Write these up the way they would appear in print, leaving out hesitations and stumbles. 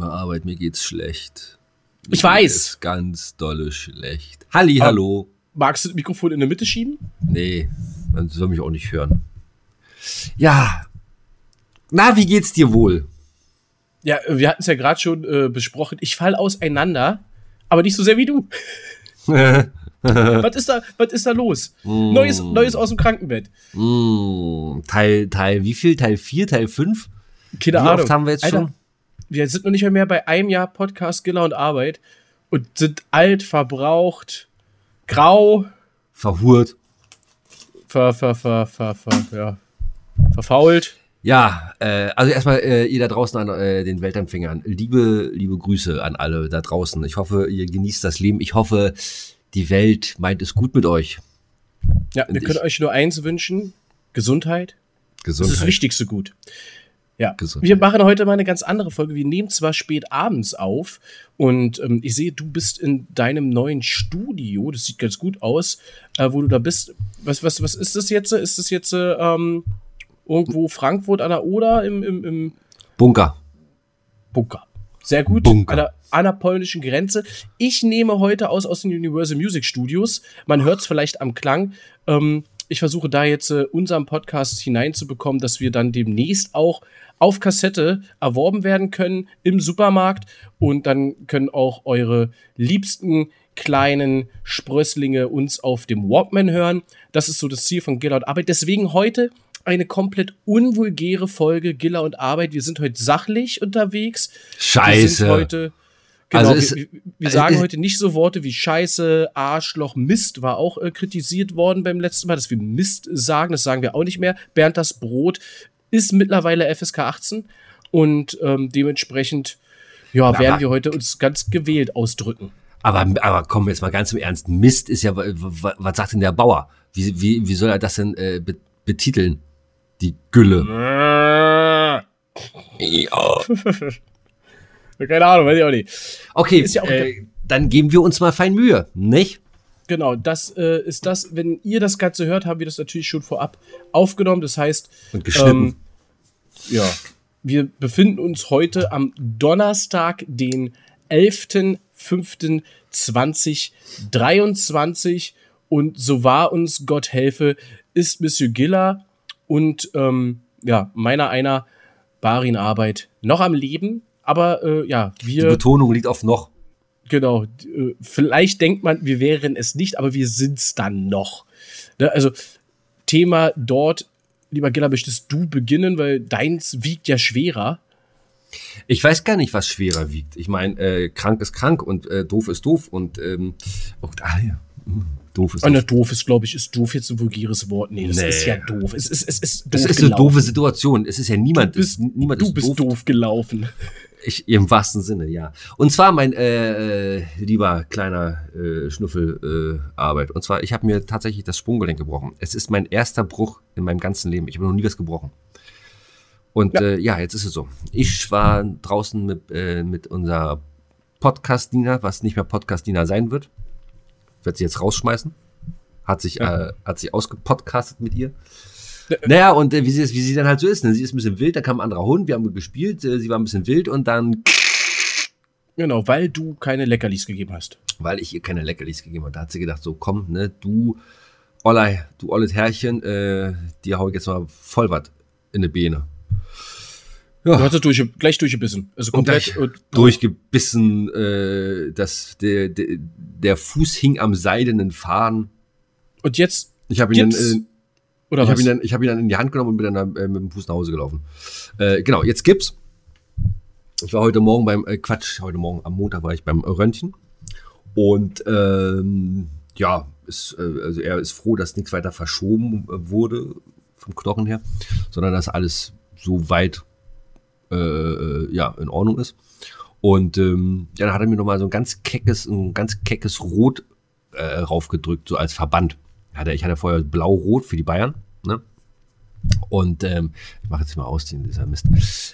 Lieber Arbeit, mir geht's schlecht. Ich weiß. Mir geht's ganz dolle schlecht. Hallo. Magst du das Mikrofon in der Mitte schieben? Nee, man soll mich auch nicht hören. Ja. Na, wie geht's dir wohl? Ja, wir hatten es ja gerade schon besprochen. Ich fall auseinander, aber nicht so sehr wie du. Was ist da los? Neues aus dem Krankenbett. Teil wie viel? Teil 4, Teil 5? Keine Wie Ahnung. oft haben wir jetzt schon? Wir sind noch nicht mehr bei einem Jahr Podcast Giller und Arbeit und sind alt, verbraucht, grau, Verhurt. verfault. Ja, also erstmal ihr da draußen an den Weltempfängern. Liebe Grüße an alle da draußen. Ich hoffe, ihr genießt das Leben. Ich hoffe, die Welt meint es gut mit euch. Ja, wir können euch nur eins wünschen. Gesundheit. Das ist das wichtigste Gut. Ja, Gesundheit. Wir machen heute mal eine ganz andere Folge. Wir nehmen zwar spät abends auf und ich sehe, du bist in deinem neuen Studio. Das sieht ganz gut aus, wo du da bist. Was ist das jetzt? Ist das jetzt irgendwo Frankfurt an der Oder im Bunker. Sehr gut. Bunker. An der polnischen Grenze. Ich nehme heute aus den Universal Music Studios. Man hört es vielleicht am Klang. Ich versuche da jetzt unseren Podcast hineinzubekommen, dass wir dann demnächst auch auf Kassette erworben werden können im Supermarkt. Und dann können auch eure liebsten kleinen Sprösslinge uns auf dem Walkman hören. Das ist so das Ziel von Giller und Arbeit. Deswegen heute eine komplett unvulgäre Folge Giller und Arbeit. Wir sind heute sachlich unterwegs. Scheiße. Wir sind heute, genau, also wir sagen heute nicht so Worte wie Scheiße, Arschloch, Mist war auch kritisiert worden beim letzten Mal, dass wir Mist sagen. Das sagen wir auch nicht mehr. Bernd das Brot ist mittlerweile FSK 18 und dementsprechend werden wir heute uns ganz gewählt ausdrücken. Aber kommen wir jetzt mal ganz im Ernst. Mist ist ja, was sagt denn der Bauer? Wie soll er das denn betiteln? Die Gülle. Ja. Keine Ahnung, weiß ich auch nicht. Okay, ist ja auch dann geben wir uns mal fein Mühe, nicht? Genau, das ist das. Wenn ihr das Ganze hört, haben wir das natürlich schon vorab aufgenommen. Das heißt, und geschnitten. Wir befinden uns heute am Donnerstag, den 11.05.2023 und so wahr uns Gott helfe, ist Monsieur Giller und meiner einer Barin Arbeit noch am Leben, aber wir... Die Betonung liegt auf noch. Genau, vielleicht denkt man, wir wären es nicht, aber wir sind's dann noch. Ne? Also Thema dort, lieber Giller, möchtest du beginnen, weil deins wiegt ja schwerer. Ich weiß gar nicht, was schwerer wiegt. Ich meine, krank ist krank und doof ist doof und doof ist doof. Doof ist, glaube ich, ist doof jetzt ein vulgäres Wort. Nee, das ist ja doof. Es ist doof. Das ist eine doofe Situation. Es ist ja niemand. Du bist doof gelaufen. Im wahrsten Sinne, ja. Und zwar mein lieber kleiner Schnuffel Arbeit. Und zwar, ich habe mir tatsächlich das Sprunggelenk gebrochen. Es ist mein erster Bruch in meinem ganzen Leben. Ich habe noch nie was gebrochen. Und jetzt ist es so. Ich war draußen mit unserer Podcast-Diener, was nicht mehr Podcast-Diener sein wird. Wird sie jetzt rausschmeißen. Hat sich ausgepodcastet mit ihr. Naja, und wie sie dann halt so ist. Ne? Sie ist ein bisschen wild, da kam ein anderer Hund, wir haben gespielt, sie war ein bisschen wild und dann... Genau, weil du keine Leckerlis gegeben hast. Weil ich ihr keine Leckerlis gegeben habe. Da hat sie gedacht, so komm, ne, du olles Herrchen, dir hau ich jetzt mal voll was in die Beine. Ja. Du hast es gleich durchgebissen. Also komplett durchgebissen, der Fuß hing am seidenen Faden. Und jetzt ich habe ihn dann in die Hand genommen und bin dann mit dem Fuß nach Hause gelaufen. Genau, jetzt Gips. Ich war heute Morgen am Montag war ich beim Röntgen. Und er ist froh, dass nichts weiter verschoben wurde vom Knochen her, sondern dass alles so weit in Ordnung ist. Und dann hat er mir nochmal so ein ganz keckes Rot raufgedrückt, so als Verband. Ich hatte vorher blau-rot für die Bayern, ne? Und ich mache jetzt mal ausziehen, dieser Mist.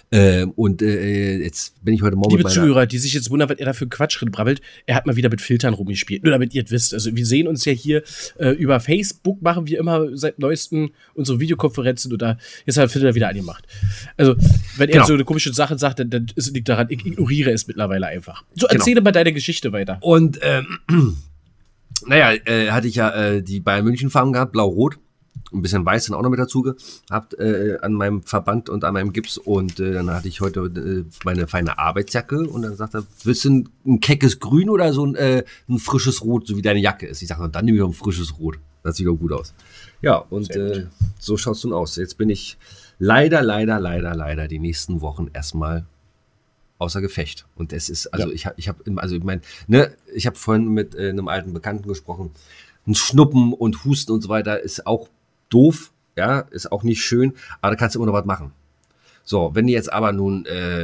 Jetzt bin ich heute Morgen Liebe Zuhörer, die sich jetzt wundern, was er da für Quatsch drin brabbelt, er hat mal wieder mit Filtern rumgespielt. Nur damit ihr es wisst. Also wir sehen uns ja hier über Facebook, machen wir immer seit neuestem unsere Videokonferenzen oder jetzt hat der Filter wieder angemacht. Also wenn er so eine komische Sache sagt, dann liegt daran, ich ignoriere es mittlerweile einfach. So, erzähle mal deine Geschichte weiter. Und hatte ich ja die Bayern München Farben gehabt, blau-rot. Ein bisschen weiß dann auch noch mit dazu gehabt an meinem Verband und an meinem Gips. Und dann hatte ich heute meine feine Arbeitsjacke. Und dann sagt er, willst du ein keckes Grün oder so ein frisches Rot, so wie deine Jacke ist? Ich sage, dann nehme ich doch ein frisches Rot. Das sieht doch gut aus. Ja, und so schaut es nun aus. Jetzt bin ich leider die nächsten Wochen erstmal außer Gefecht. Und es ist, also ich habe vorhin mit einem alten Bekannten gesprochen. Ein Schnuppen und Husten und so weiter ist auch doof, ja, ist auch nicht schön, aber da kannst du immer noch was machen. So, wenn jetzt aber nun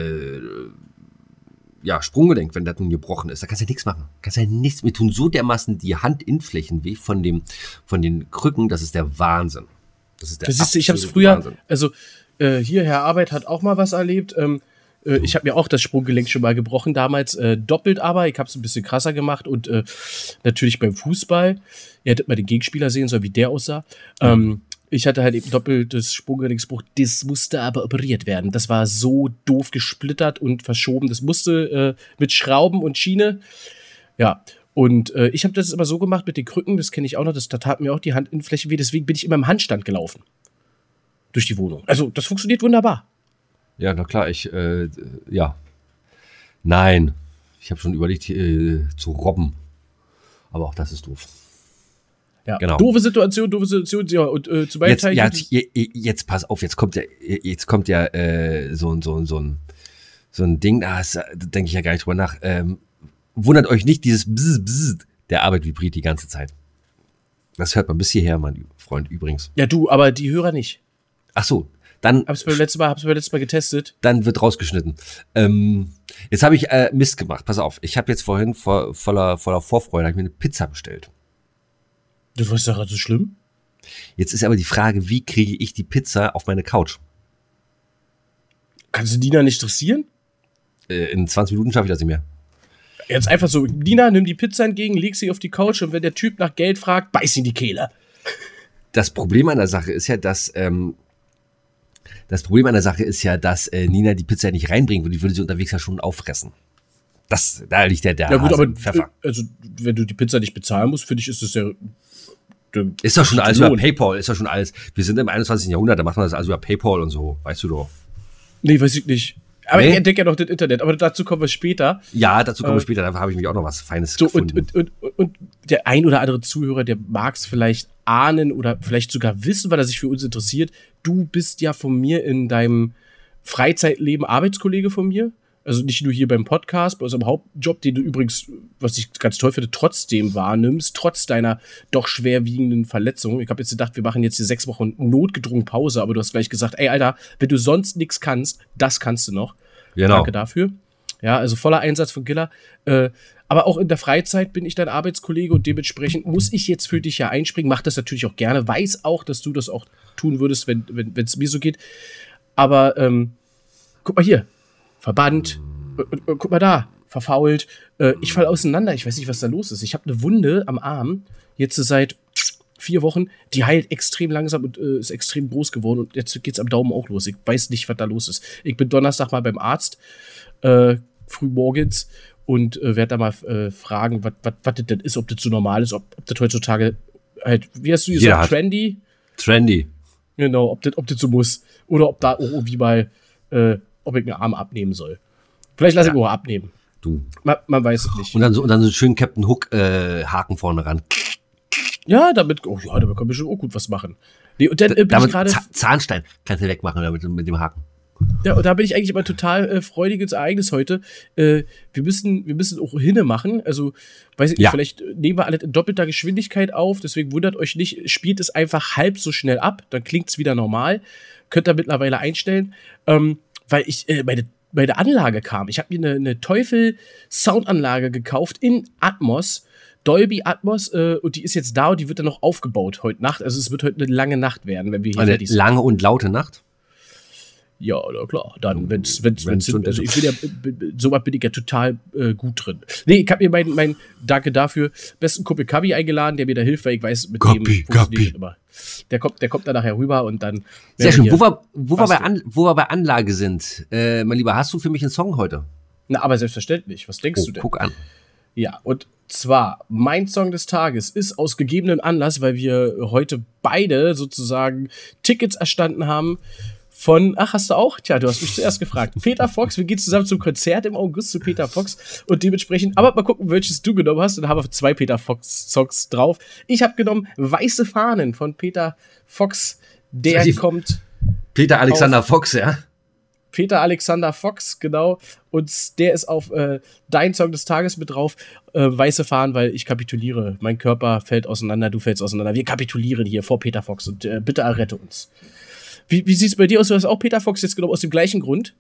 Sprunggelenk, wenn das nun gebrochen ist, da kannst du ja nichts machen. Kannst ja nichts, mir tun so dermaßen die Handinnenflächen weh von den Krücken, das ist der Wahnsinn. Das ist der absolute ich habe es früher, Wahnsinn. Also hier, Herr Arbeit hat auch mal was erlebt, ich habe mir auch das Sprunggelenk schon mal gebrochen, damals doppelt aber, ich habe es ein bisschen krasser gemacht und natürlich beim Fußball, ihr hättet mal den Gegenspieler sehen sollen, wie der aussah. Ich hatte halt eben doppeltes Sprunggelenksbruch, das musste aber operiert werden. Das war so doof gesplittert und verschoben, das musste mit Schrauben und Schiene, ja. Und ich habe das immer so gemacht mit den Krücken, das kenne ich auch noch, da tat mir auch die Handinnenfläche weh, deswegen bin ich immer im Handstand gelaufen. Durch die Wohnung. Also das funktioniert wunderbar. Ja, na klar, Nein, ich habe schon überlegt, zu robben. Aber auch das ist doof. Ja, genau. Doofe Situation, ja. Und zu meinem Teil. Jetzt pass auf, jetzt kommt ja so ein Ding, da denke ich ja gar nicht drüber nach. Wundert euch nicht, dieses Bzzz, der Arbeit vibriert die ganze Zeit. Das hört man bis hierher, mein Freund, übrigens. Ja, du, aber die Hörer nicht. Ach so. Dann hab's beim letzten Mal getestet. Dann wird rausgeschnitten. Jetzt habe ich Mist gemacht. Pass auf, ich habe jetzt vorhin voller Vorfreude mir eine Pizza bestellt. Das war doch so schlimm. Jetzt ist aber die Frage, wie kriege ich die Pizza auf meine Couch? Kannst du Nina nicht dressieren? In 20 Minuten schaffe ich das nicht mehr. Jetzt einfach so, Nina, nimm die Pizza entgegen, leg sie auf die Couch und wenn der Typ nach Geld fragt, beiß ihn die Kehle. Das Problem an der Sache ist ja, dass Nina die Pizza nicht reinbringen würde. Die würde sie unterwegs ja schon auffressen. Da liegt der ja, gut, Hase aber Pfeffer. Also, wenn du die Pizza nicht bezahlen musst, finde ich, ist das ja. Ist doch schon alles über PayPal, ist doch schon alles. Wir sind im 21. Jahrhundert, da macht man das alles über PayPal und so, weißt du doch. Nee, weiß ich nicht. Aber ich entdecke ja noch das Internet, aber dazu kommen wir später. Ja, dazu kommen wir später, da habe ich mich auch noch was Feines gefunden. Und der ein oder andere Zuhörer, der mag es vielleicht ahnen oder vielleicht sogar wissen, weil er sich für uns interessiert. Du bist ja von mir in deinem Freizeitleben Arbeitskollege von mir. Also nicht nur hier beim Podcast, bei unserem Hauptjob, den du übrigens, was ich ganz toll finde, trotzdem wahrnimmst, trotz deiner doch schwerwiegenden Verletzung. Ich habe jetzt gedacht, wir machen jetzt hier 6 Wochen notgedrungen Pause, aber du hast gleich gesagt, ey, Alter, wenn du sonst nichts kannst, das kannst du noch. Genau. Danke dafür. Ja, also voller Einsatz von Giller. Aber auch in der Freizeit bin ich dein Arbeitskollege und dementsprechend muss ich jetzt für dich ja einspringen. Mach das natürlich auch gerne. Weiß auch, dass du das auch tun würdest, wenn es mir so geht. Aber guck mal hier. Verband. Guck mal da. Verfault. Ich falle auseinander. Ich weiß nicht, was da los ist. Ich habe eine Wunde am Arm. Jetzt seit 4 Wochen. Die heilt extrem langsam und ist extrem groß geworden. Und jetzt geht's am Daumen auch los. Ich weiß nicht, was da los ist. Ich bin Donnerstag mal beim Arzt. Früh morgens. Und werde da mal fragen, was das denn ist. Ob das so normal ist. Ob das heutzutage halt, wie hast du gesagt, trendy? Trendy. Genau, ob das so muss. Oder ob da auch irgendwie mal ob ich einen Arm abnehmen soll. Vielleicht lasse ich ihn auch abnehmen. Du. Man weiß es nicht. Und dann so schön Captain Hook Haken vorne ran. Ja, damit können wir schon auch gut was machen. Nee, und dann bin ich gerade Zahnstein kannst du wegmachen damit, mit dem Haken. Ja, und da bin ich eigentlich immer total freudiges Ereignis heute. Wir müssen auch Hinne machen. Also, weiß ich nicht, vielleicht nehmen wir alles in doppelter Geschwindigkeit auf. Deswegen wundert euch nicht, spielt es einfach halb so schnell ab. Dann klingt es wieder normal. Könnt ihr mittlerweile einstellen. Weil ich meine Anlage kam. Ich habe mir eine Teufel-Soundanlage gekauft in Atmos. Dolby Atmos und die ist jetzt da und die wird dann noch aufgebaut heute Nacht. Also es wird heute eine lange Nacht werden, wenn wir hier fertig sind. Eine lange und laute Nacht? Ja, na klar. Dann, wenn's also ich bin ja, soweit bin ich ja total gut drin. Nee, ich habe mir mein Danke dafür, besten Kumpel Kabi eingeladen, der mir da hilft, weil ich weiß, mit dem funktioniert immer. Der kommt da nachher rüber und dann. Sehr schön. Wo wir bei Anlage sind, mein Lieber, hast du für mich einen Song heute? Na, aber selbstverständlich. Was denkst du denn? Guck an. Ja, und zwar, mein Song des Tages ist aus gegebenem Anlass, weil wir heute beide sozusagen Tickets erstanden haben von, hast du auch? Tja, du hast mich zuerst gefragt. Peter Fox, wir gehen zusammen zum Konzert im August zu Peter Fox und dementsprechend, aber mal gucken, welches du genommen hast, und da haben wir 2 Peter Fox-Songs drauf. Ich habe genommen Weiße Fahnen von Peter Fox, der kommt Peter Alexander Fox, ja? Peter Alexander Fox, genau. Und der ist auf dein Song des Tages mit drauf. Weiße Fahnen, weil ich kapituliere. Mein Körper fällt auseinander, du fällst auseinander. Wir kapitulieren hier vor Peter Fox und bitte errette uns. Wie sieht es bei dir aus? Du hast auch Peter Fox jetzt genommen aus dem gleichen Grund?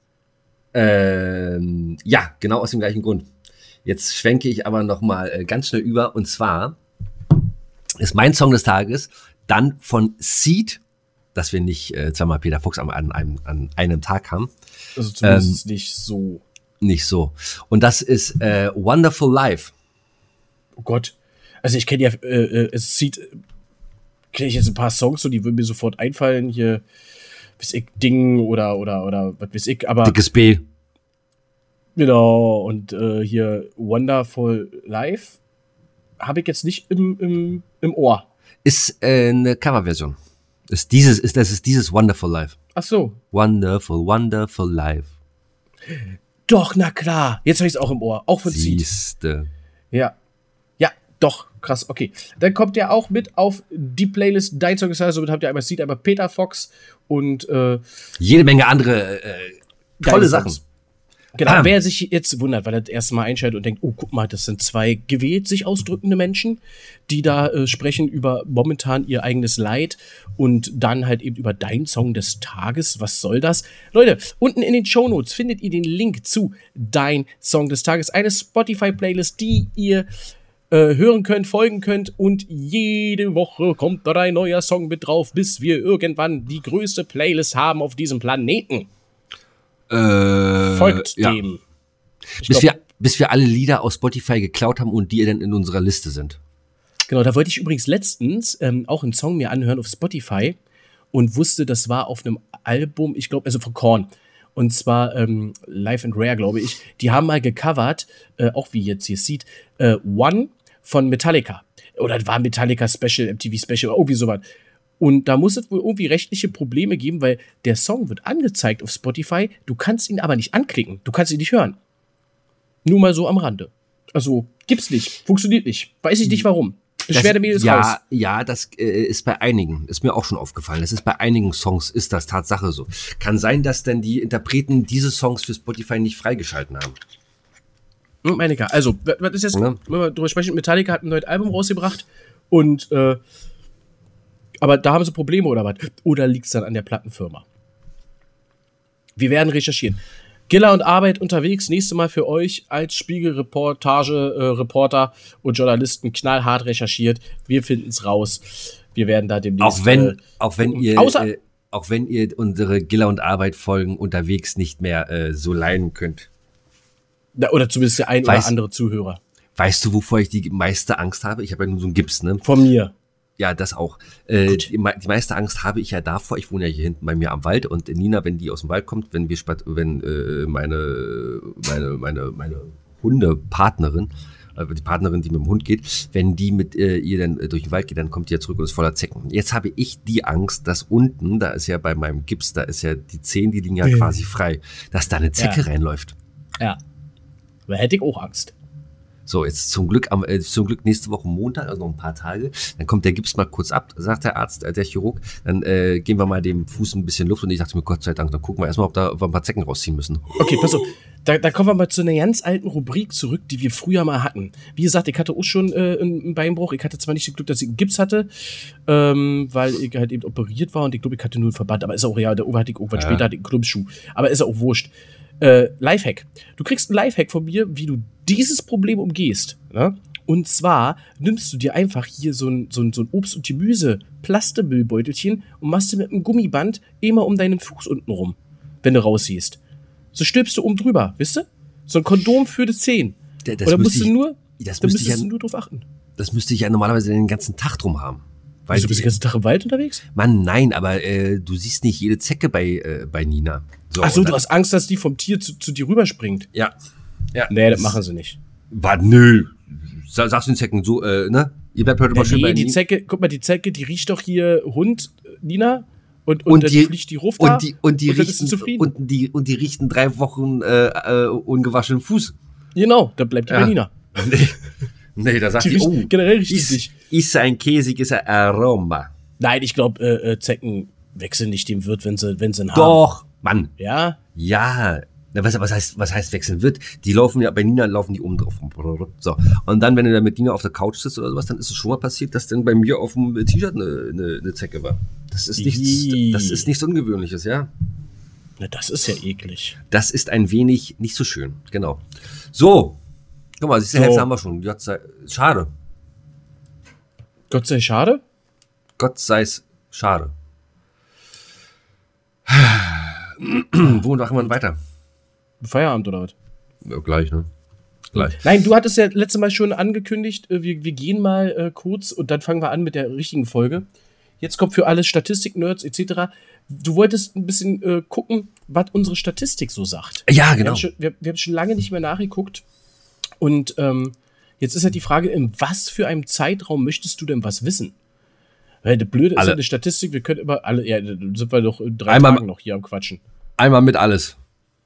Ja, genau aus dem gleichen Grund. Jetzt schwenke ich aber noch mal ganz schnell über. Und zwar ist mein Song des Tages dann von Seed, dass wir nicht zweimal Peter Fox an einem Tag haben. Also zumindest nicht so. Nicht so. Und das ist Wonderful Life. Oh Gott. Also ich kenne ja, es sieht, kenne ich jetzt ein paar Songs, so, die würden mir sofort einfallen. Hier, weiß ich, Ding oder was weiß ich, aber. Dickes B. Genau, und hier Wonderful Life habe ich jetzt nicht im Ohr. Ist eine Coverversion. Das ist dieses Wonderful Life. Ach so. Wonderful, Wonderful Life. Doch, na klar. Jetzt habe ich es auch im Ohr. Auch von Seed. Siehste. Ja. Ja, doch. Krass, okay. Dann kommt der auch mit auf die Playlist Dein Song des Tages. Somit habt ihr einmal Seed, einmal Peter Fox und jede Menge andere tolle Sachen. Genau, wer sich jetzt wundert, weil er das erste Mal einschaltet und denkt, oh, guck mal, das sind 2 gewählt sich ausdrückende Menschen, die da sprechen über momentan ihr eigenes Leid und dann halt eben über dein Song des Tages. Was soll das? Leute, unten in den Shownotes findet ihr den Link zu Dein Song des Tages, eine Spotify-Playlist, die ihr hören könnt, folgen könnt und jede Woche kommt da ein neuer Song mit drauf, bis wir irgendwann die größte Playlist haben auf diesem Planeten. Folgt dem. Bis wir alle Lieder aus Spotify geklaut haben und die dann in unserer Liste sind. Genau, da wollte ich übrigens letztens auch einen Song mir anhören auf Spotify und wusste, das war auf einem Album, ich glaube, also von Korn. Und zwar Live and Rare, glaube ich. Die haben mal gecovert, auch wie jetzt hier sieht, One von Metallica. Oder das war Metallica Special, MTV Special, oder irgendwie sowas. Und da muss es wohl irgendwie rechtliche Probleme geben, weil der Song wird angezeigt auf Spotify, du kannst ihn aber nicht anklicken, du kannst ihn nicht hören. Nur mal so am Rande. Also, gibt's nicht, funktioniert nicht, weiß ich nicht warum. Beschwerdemail ist raus. Ja, das ist bei einigen, ist mir auch schon aufgefallen, das ist bei einigen Songs, ist das Tatsache so. Kann sein, dass denn die Interpreten diese Songs für Spotify nicht freigeschalten haben. Metallica, also, was ist jetzt, wenn wir drüber sprechen, Metallica hat ein neues Album rausgebracht und, aber da haben sie Probleme oder was? Oder liegt es dann an der Plattenfirma? Wir werden recherchieren. Giller und Arbeit unterwegs, nächste Mal für euch als Spiegelreporter und Journalisten knallhart recherchiert. Wir finden es raus. Wir werden da demnächst... Auch wenn ihr unsere Giller und Arbeit Folgen unterwegs nicht mehr so leiden könnt. Oder zumindest der ein oder andere Zuhörer. Weißt du, wovor ich die meiste Angst habe? Ich habe ja nur so einen Gips, ne? Von mir. Ja, das auch. Die meiste Angst habe ich ja davor, ich wohne ja hier hinten bei mir am Wald und Nina, wenn die aus dem Wald kommt, wenn meine Hundepartnerin, die Partnerin, die mit dem Hund geht, wenn die mit ihr dann durch den Wald geht, dann kommt die ja zurück und ist voller Zecken. Jetzt habe ich die Angst, dass unten, da ist ja bei meinem Gips, da ist ja die Zehen, die liegen ja quasi frei, dass da eine Zecke reinläuft. Ja. Da hätte ich auch Angst. So, jetzt zum Glück nächste Woche Montag, also noch ein paar Tage, dann kommt der Gips mal kurz ab, sagt der Arzt, der Chirurg, dann geben wir mal dem Fuß ein bisschen Luft und ich dachte mir, Gott sei Dank, dann gucken wir erstmal, ob wir ein paar Zecken rausziehen müssen. Okay, pass auf, da kommen wir mal zu einer ganz alten Rubrik zurück, die wir früher mal hatten. Wie gesagt, ich hatte auch schon einen Beinbruch, ich hatte zwar nicht das Glück, dass ich einen Gips hatte, weil ich halt eben operiert war und ich glaube, ich hatte nur einen Verband, aber ist auch real, der Ober hatte ich irgendwann später, hatte ich einen Klumpschuh, aber ist auch wurscht. Lifehack. Du kriegst einen Lifehack von mir, wie du dieses Problem umgehst. Ne? Und zwar nimmst du dir einfach hier so ein Obst- und Gemüse-Plastemüllbeutelchen und machst dir mit einem Gummiband immer um deinen Fuß unten rum, wenn du rausziehst. So stülpst du oben drüber, wisst ihr? So ein Kondom für die Zehen. Oder müsstest du nur drauf achten. Das müsste ich ja normalerweise den ganzen Tag drum haben. Weil du bist den ganzen Tag im Wald unterwegs? Mann, nein, aber du siehst nicht jede Zecke bei Nina. So, ach so, du hast Angst, dass die vom Tier zu dir rüberspringt? Ja. Nee, das machen sie nicht. Nö. Sagst du den Zecken so, ne? Ihr bleibt heute mal schön bei die Zecke, guck mal, die Zecke, die riecht doch hier Hund, Nina. Und dann fliegt die Ruf da und die riechen zufrieden. Und die riechen 3 Wochen ungewaschenen Fuß. Genau, da bleibt die bei Nina. Nee, da sagt die generell riecht die dich. Ist ein käsiges Aroma. Nein, ich glaube, Zecken wechseln nicht dem Wirt, wenn sie einen haben. Doch, Mann. Ja? Ja. Na, was heißt wechseln wird? Die laufen ja, bei Nina laufen die oben drauf. So. Und dann, wenn du da mit Nina auf der Couch sitzt oder sowas, dann ist es schon mal passiert, dass dann bei mir auf dem T-Shirt eine Zecke war. Das ist nichts Ungewöhnliches, ja? Na, das ist ja eklig. Das ist ein wenig nicht so schön, genau. So. Guck mal, die Hälfte haben wir schon. Schade. Gott sei schade? Gott sei's schade. Wo machen wir weiter? Feierabend oder was? Ja, gleich, ne? Gleich. Nein, du hattest ja letztes Mal schon angekündigt, wir gehen mal kurz und dann fangen wir an mit der richtigen Folge. Jetzt kommt für alle Statistik-Nerds etc. Du wolltest ein bisschen gucken, was unsere Statistik so sagt. Ja, genau. Wir haben schon lange nicht mehr nachgeguckt. Und jetzt ist ja die Frage, in was für einem Zeitraum möchtest du denn was wissen? Weil das Blöde ist ja eine Statistik, wir können immer alle, ja, dann sind wir doch in 3 Tagen noch hier am Quatschen. Einmal mit alles.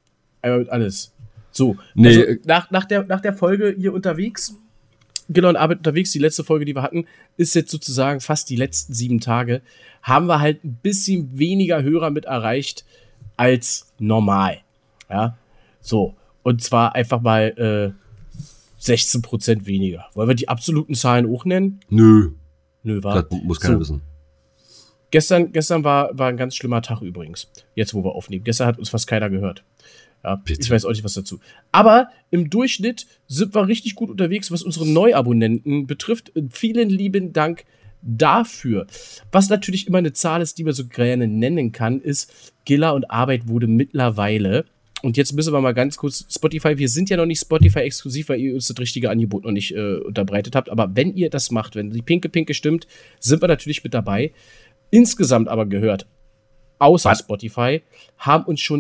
So, nee. Also nach der Folge hier unterwegs, Giller und Arbeit unterwegs, die letzte Folge, die wir hatten, ist jetzt sozusagen fast die letzten 7 Tage, haben wir halt ein bisschen weniger Hörer mit erreicht als normal. Ja, so. Und zwar einfach mal 16% weniger. Wollen wir die absoluten Zahlen auch nennen? Nö, war. Das muss keiner wissen. Gestern war ein ganz schlimmer Tag übrigens. Jetzt, wo wir aufnehmen. Gestern hat uns fast keiner gehört. Ja, bitte. Ich weiß auch nicht, was dazu. Aber im Durchschnitt sind wir richtig gut unterwegs, was unsere Neuabonnenten betrifft. Vielen lieben Dank dafür. Was natürlich immer eine Zahl ist, die man so gerne nennen kann, ist, Giller und Arbeit wurde mittlerweile, und jetzt müssen wir mal ganz kurz, Spotify, wir sind ja noch nicht Spotify-exklusiv, weil ihr uns das richtige Angebot noch nicht unterbreitet habt, aber wenn ihr das macht, wenn die Pinke stimmt, sind wir natürlich mit dabei. Insgesamt aber gehört, außer Spotify, haben uns schon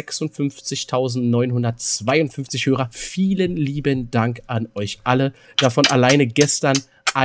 56.952 Hörer. Vielen lieben Dank an euch alle. Davon alleine gestern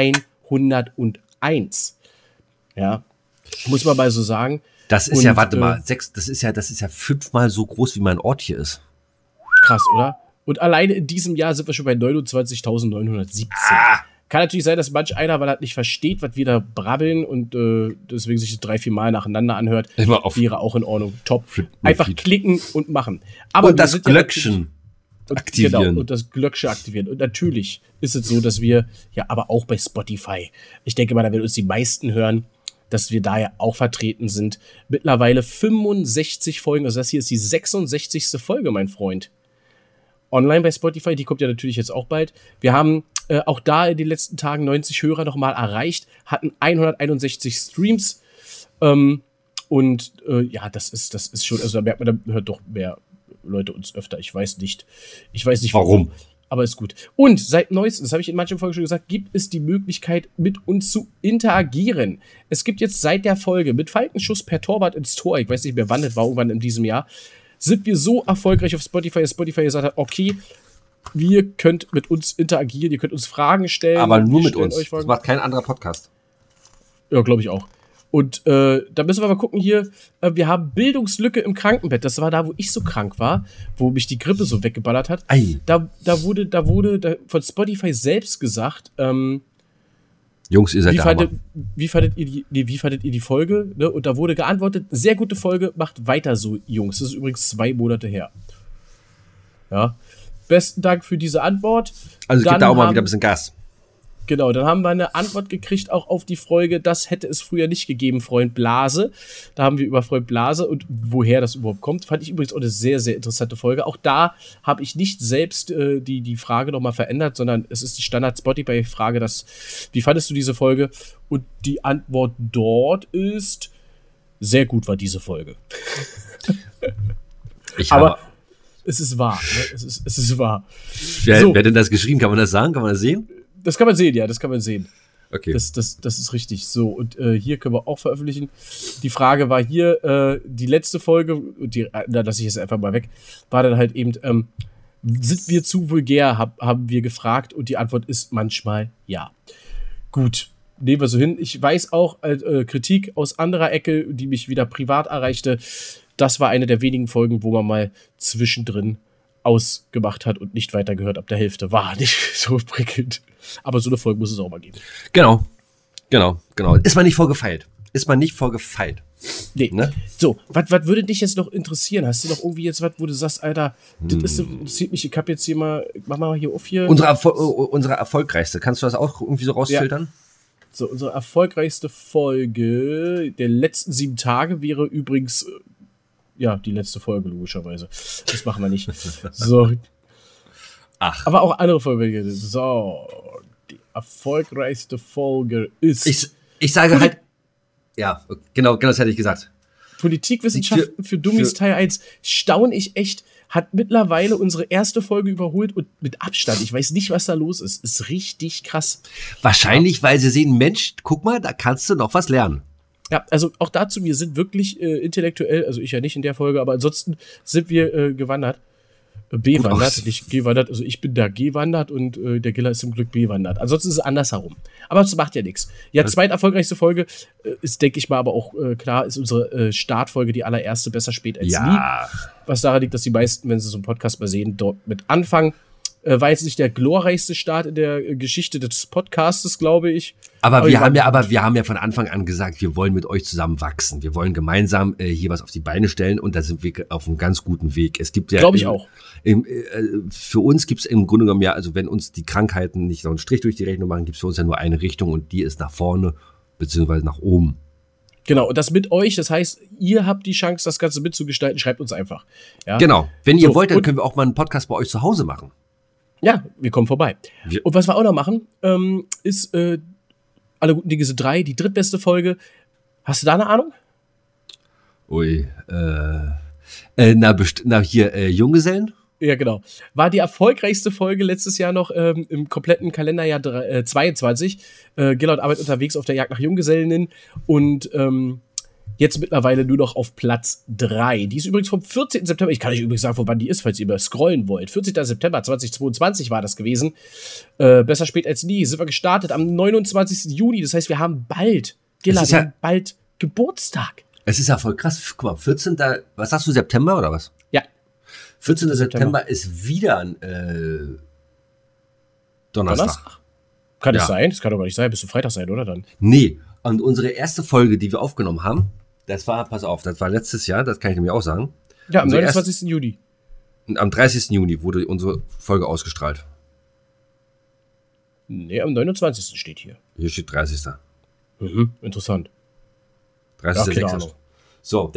101. Ja, muss man mal so sagen. Das ist ja, warte mal, das ist ja 5-mal so groß, wie mein Ort hier ist. Krass, oder? Und alleine in diesem Jahr sind wir schon bei 29.917. Kann natürlich sein, dass manch einer, weil er nicht versteht, was wir da brabbeln und deswegen sich 3-4 Mal nacheinander anhört, wäre auch in Ordnung. Top. Einfach klicken und machen. Aber und das Glöckchen aktivieren. Genau, und das Glöckchen aktivieren. Und natürlich ist es so, dass wir, ja, aber auch bei Spotify, ich denke mal, da werden uns die meisten hören, dass wir da ja auch vertreten sind. Mittlerweile 65 Folgen, also das hier ist die 66. Folge, mein Freund. Online bei Spotify, die kommt ja natürlich jetzt auch bald. Wir haben auch da in den letzten Tagen 90 Hörer nochmal erreicht, hatten 161 Streams. Ja, das ist schon, also da merkt man, da hört doch mehr Leute uns öfter. Ich weiß nicht warum. Aber ist gut. Und seit neuestem, das habe ich in manchen Folgen schon gesagt, gibt es die Möglichkeit, mit uns zu interagieren. Es gibt jetzt seit der Folge mit Falkenschuss per Torwart ins Tor, ich weiß nicht mehr wann, das war irgendwann in diesem Jahr, sind wir so erfolgreich auf Spotify, dass Spotify gesagt hat, okay, ihr könnt mit uns interagieren, ihr könnt uns Fragen stellen. Aber nur mit uns, das macht kein anderer Podcast. Ja, glaube ich auch. Und da müssen wir mal gucken hier, wir haben Bildungslücke im Krankenbett. Das war da, wo ich so krank war, wo mich die Grippe so weggeballert hat. Da wurde von Spotify selbst gesagt, Jungs, ihr seid der Hammer. Wie fandet ihr die Folge? Ne? Und da wurde geantwortet, sehr gute Folge, macht weiter so, Jungs. Das ist übrigens 2 Monate her. Ja. Besten Dank für diese Antwort. Also gibt da auch mal wieder ein bisschen Gas. Genau, dann haben wir eine Antwort gekriegt auch auf die Folge, das hätte es früher nicht gegeben, Freund Blase. Da haben wir über Freund Blase und woher das überhaupt kommt, fand ich übrigens auch eine sehr, sehr interessante Folge. Auch da habe ich nicht selbst die Frage nochmal verändert, sondern es ist die Standard-Spotify-Frage, wie fandest du diese Folge? Und die Antwort dort ist, sehr gut war diese Folge. Aber es ist wahr. Ne? Es ist wahr. Wer hat denn das geschrieben? Kann man das sagen? Kann man das sehen? Das kann man sehen, ja, das kann man sehen. Okay. Das ist richtig. So, und hier können wir auch veröffentlichen. Die Frage war hier, die letzte Folge, da lasse ich es einfach mal weg, war dann halt eben, sind wir zu vulgär, haben wir gefragt und die Antwort ist manchmal ja. Gut, nehmen wir so hin. Ich weiß auch, Kritik aus anderer Ecke, die mich wieder privat erreichte, das war eine der wenigen Folgen, wo man mal zwischendrin ausgemacht hat und nicht weitergehört ab der Hälfte. War nicht so prickelnd. Aber so eine Folge muss es auch mal geben. Genau. Ist man nicht vorgefeilt. Nee. Ne? So, was würde dich jetzt noch interessieren? Hast du noch irgendwie jetzt was, wo du sagst, Alter, das interessiert mich, ich hab jetzt hier mal, mach mal hier auf hier. Unsere erfolgreichste, kannst du das auch irgendwie so rausfiltern? Ja. So, unsere erfolgreichste Folge der letzten 7 Tage wäre übrigens ja, die letzte Folge, logischerweise. Das machen wir nicht. So. Ach. Aber auch andere Folgen. So. Die erfolgreichste Folge ist. Ich sage halt. Ja, genau das hätte ich gesagt. Politikwissenschaften für Dummies Teil 1. Staune ich echt. Hat mittlerweile unsere erste Folge überholt und mit Abstand. Ich weiß nicht, was da los ist. Ist richtig krass. Wahrscheinlich, weil sie sehen, Mensch, guck mal, da kannst du noch was lernen. Ja, also auch dazu, wir sind wirklich intellektuell, also ich ja nicht in der Folge, aber ansonsten sind wir gewandert. Bewandert, nicht gewandert. Also ich bin da gewandert und der Giller ist zum Glück bewandert. Ansonsten ist es andersherum. Aber das macht ja nichts. Ja, zweiterfolgreichste Folge ist, denke ich mal, aber auch klar, ist unsere Startfolge, die allererste, besser spät als nie. Was daran liegt, dass die meisten, wenn sie so einen Podcast mal sehen, dort mit anfangen. War jetzt nicht der glorreichste Start in der Geschichte des Podcastes, glaube ich. Aber wir haben ja von Anfang an gesagt, wir wollen mit euch zusammen wachsen. Wir wollen gemeinsam hier was auf die Beine stellen und da sind wir auf einem ganz guten Weg. Es gibt ja, glaube ich auch. Für uns gibt es im Grunde genommen ja, also wenn uns die Krankheiten nicht so einen Strich durch die Rechnung machen, gibt es für uns ja nur eine Richtung und die ist nach vorne beziehungsweise nach oben. Genau, und das mit euch, das heißt, ihr habt die Chance, das Ganze mitzugestalten, schreibt uns einfach. Ja? Genau, wenn ihr wollt, dann können wir auch mal einen Podcast bei euch zu Hause machen. Ja, wir kommen vorbei. Und was wir auch noch machen, ist Alle guten Dinge sind 3, die drittbeste Folge. Hast du da eine Ahnung? Ui, Junggesellen? Ja, genau. War die erfolgreichste Folge letztes Jahr noch im kompletten Kalenderjahr 22. Gillard arbeitet unterwegs auf der Jagd nach Junggesellen und jetzt mittlerweile nur noch auf Platz 3. Die ist übrigens vom 14. September, ich kann euch übrigens sagen, von wann die ist, falls ihr mal scrollen wollt. 14. September 2022 war das gewesen. Besser spät als nie. Sind wir gestartet am 29. Juni. Das heißt, wir haben bald, Gillard, bald Geburtstag. Es ist ja voll krass. Guck mal, 14. Was sagst du, September oder was? Ja. 14. September ist wieder ein Donnerstag. Kann es sein? Das kann doch gar nicht sein. Müsste Freitag sein, oder dann? Nee. Und unsere erste Folge, die wir aufgenommen haben, das war letztes Jahr, das kann ich nämlich auch sagen. Ja, am 29. Juni. Am 30. Juni wurde unsere Folge ausgestrahlt. Nee, am 29. steht hier. Hier steht 30. Mhm, interessant. 30.06. So,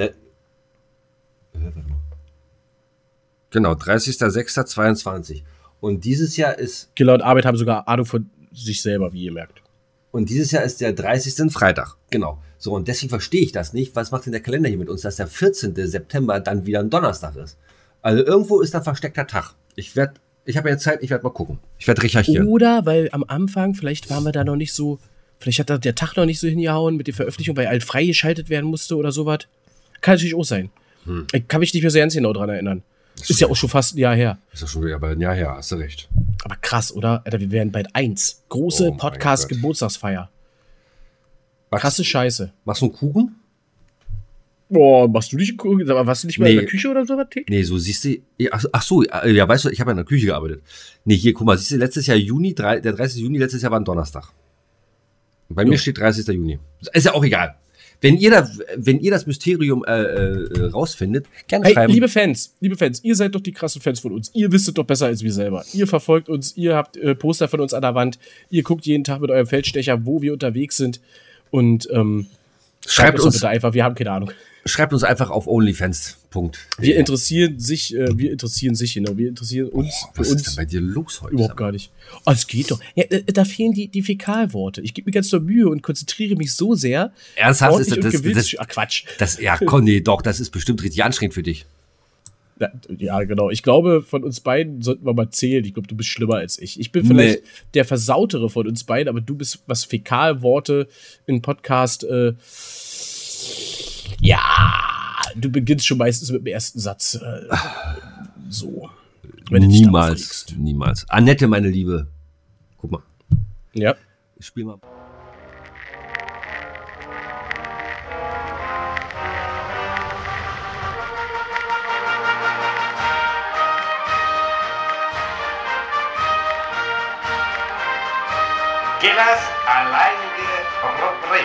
genau, 30.06.22. Und dieses Jahr ist... Giller und Arbeit haben sogar Ahnung von sich selber, wie ihr merkt. Und dieses Jahr ist der 30. Freitag. Genau. So, und deswegen verstehe ich das nicht. Was macht denn der Kalender hier mit uns, dass der 14. September dann wieder ein Donnerstag ist? Also irgendwo ist da ein versteckter Tag. Ich habe ja Zeit, ich werde mal gucken. Ich werde recherchieren. Oder, weil am Anfang, vielleicht waren wir da noch nicht so, vielleicht hat da der Tag noch nicht so hingehauen mit der Veröffentlichung, weil alt freigeschaltet werden musste oder sowas. Kann natürlich auch sein. Ich kann mich nicht mehr so ganz genau dran erinnern. Ist ja auch schon fast ein Jahr her. Ist ja schon wieder bald ein Jahr her, hast du recht. Aber krass, oder? Alter, wir werden bald 1. Große Podcast-Geburtstagsfeier. Krasse Scheiße. Machst du einen Kuchen? Boah, machst du nicht einen Kuchen? Aber warst du nicht mal in der Küche oder so was? Nee, so siehst du. Ach so, ja, weißt du, ich habe ja in der Küche gearbeitet. Nee, hier, guck mal, siehst du, letztes Jahr der 30. Juni letztes Jahr war ein Donnerstag. Bei mir steht 30. Juni. Ist ja auch egal. Wenn ihr das Mysterium rausfindet, gerne schreiben. Liebe Fans, ihr seid doch die krassen Fans von uns. Ihr wisst es doch besser als wir selber. Ihr verfolgt uns, ihr habt Poster von uns an der Wand, ihr guckt jeden Tag mit eurem Feldstecher, wo wir unterwegs sind. Und schreibt uns bitte einfach, wir haben keine Ahnung. Schreibt uns einfach auf OnlyFans. Wir interessieren uns. Was ist denn bei dir los heute? Überhaupt gar nicht. Oh, es geht doch. Ja, da fehlen die Fäkalworte. Ich gebe mir ganz doll Mühe und konzentriere mich so sehr. Ernsthaft ist das Quatsch. Das ist bestimmt richtig anstrengend für dich. Ja, genau. Ich glaube, von uns beiden sollten wir mal zählen. Ich glaube, du bist schlimmer als ich. Ich bin vielleicht der Versautere von uns beiden, aber du bist, was Fäkalworte im Podcast, du beginnst schon meistens mit dem ersten Satz. So. Niemals. Annette, meine Liebe. Guck mal. Ja. Ich spiel mal. Gillas alleinige Rubrik.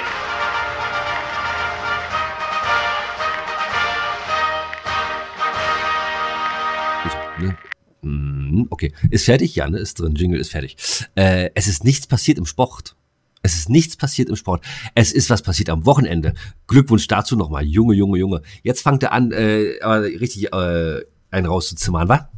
Okay, ist fertig? Ja, ne? Ist drin. Jingle ist fertig. Es ist nichts passiert im Sport. Es ist was passiert am Wochenende. Glückwunsch dazu nochmal. Junge. Jetzt fangt er an, aber richtig einen rauszuzimmern, wa?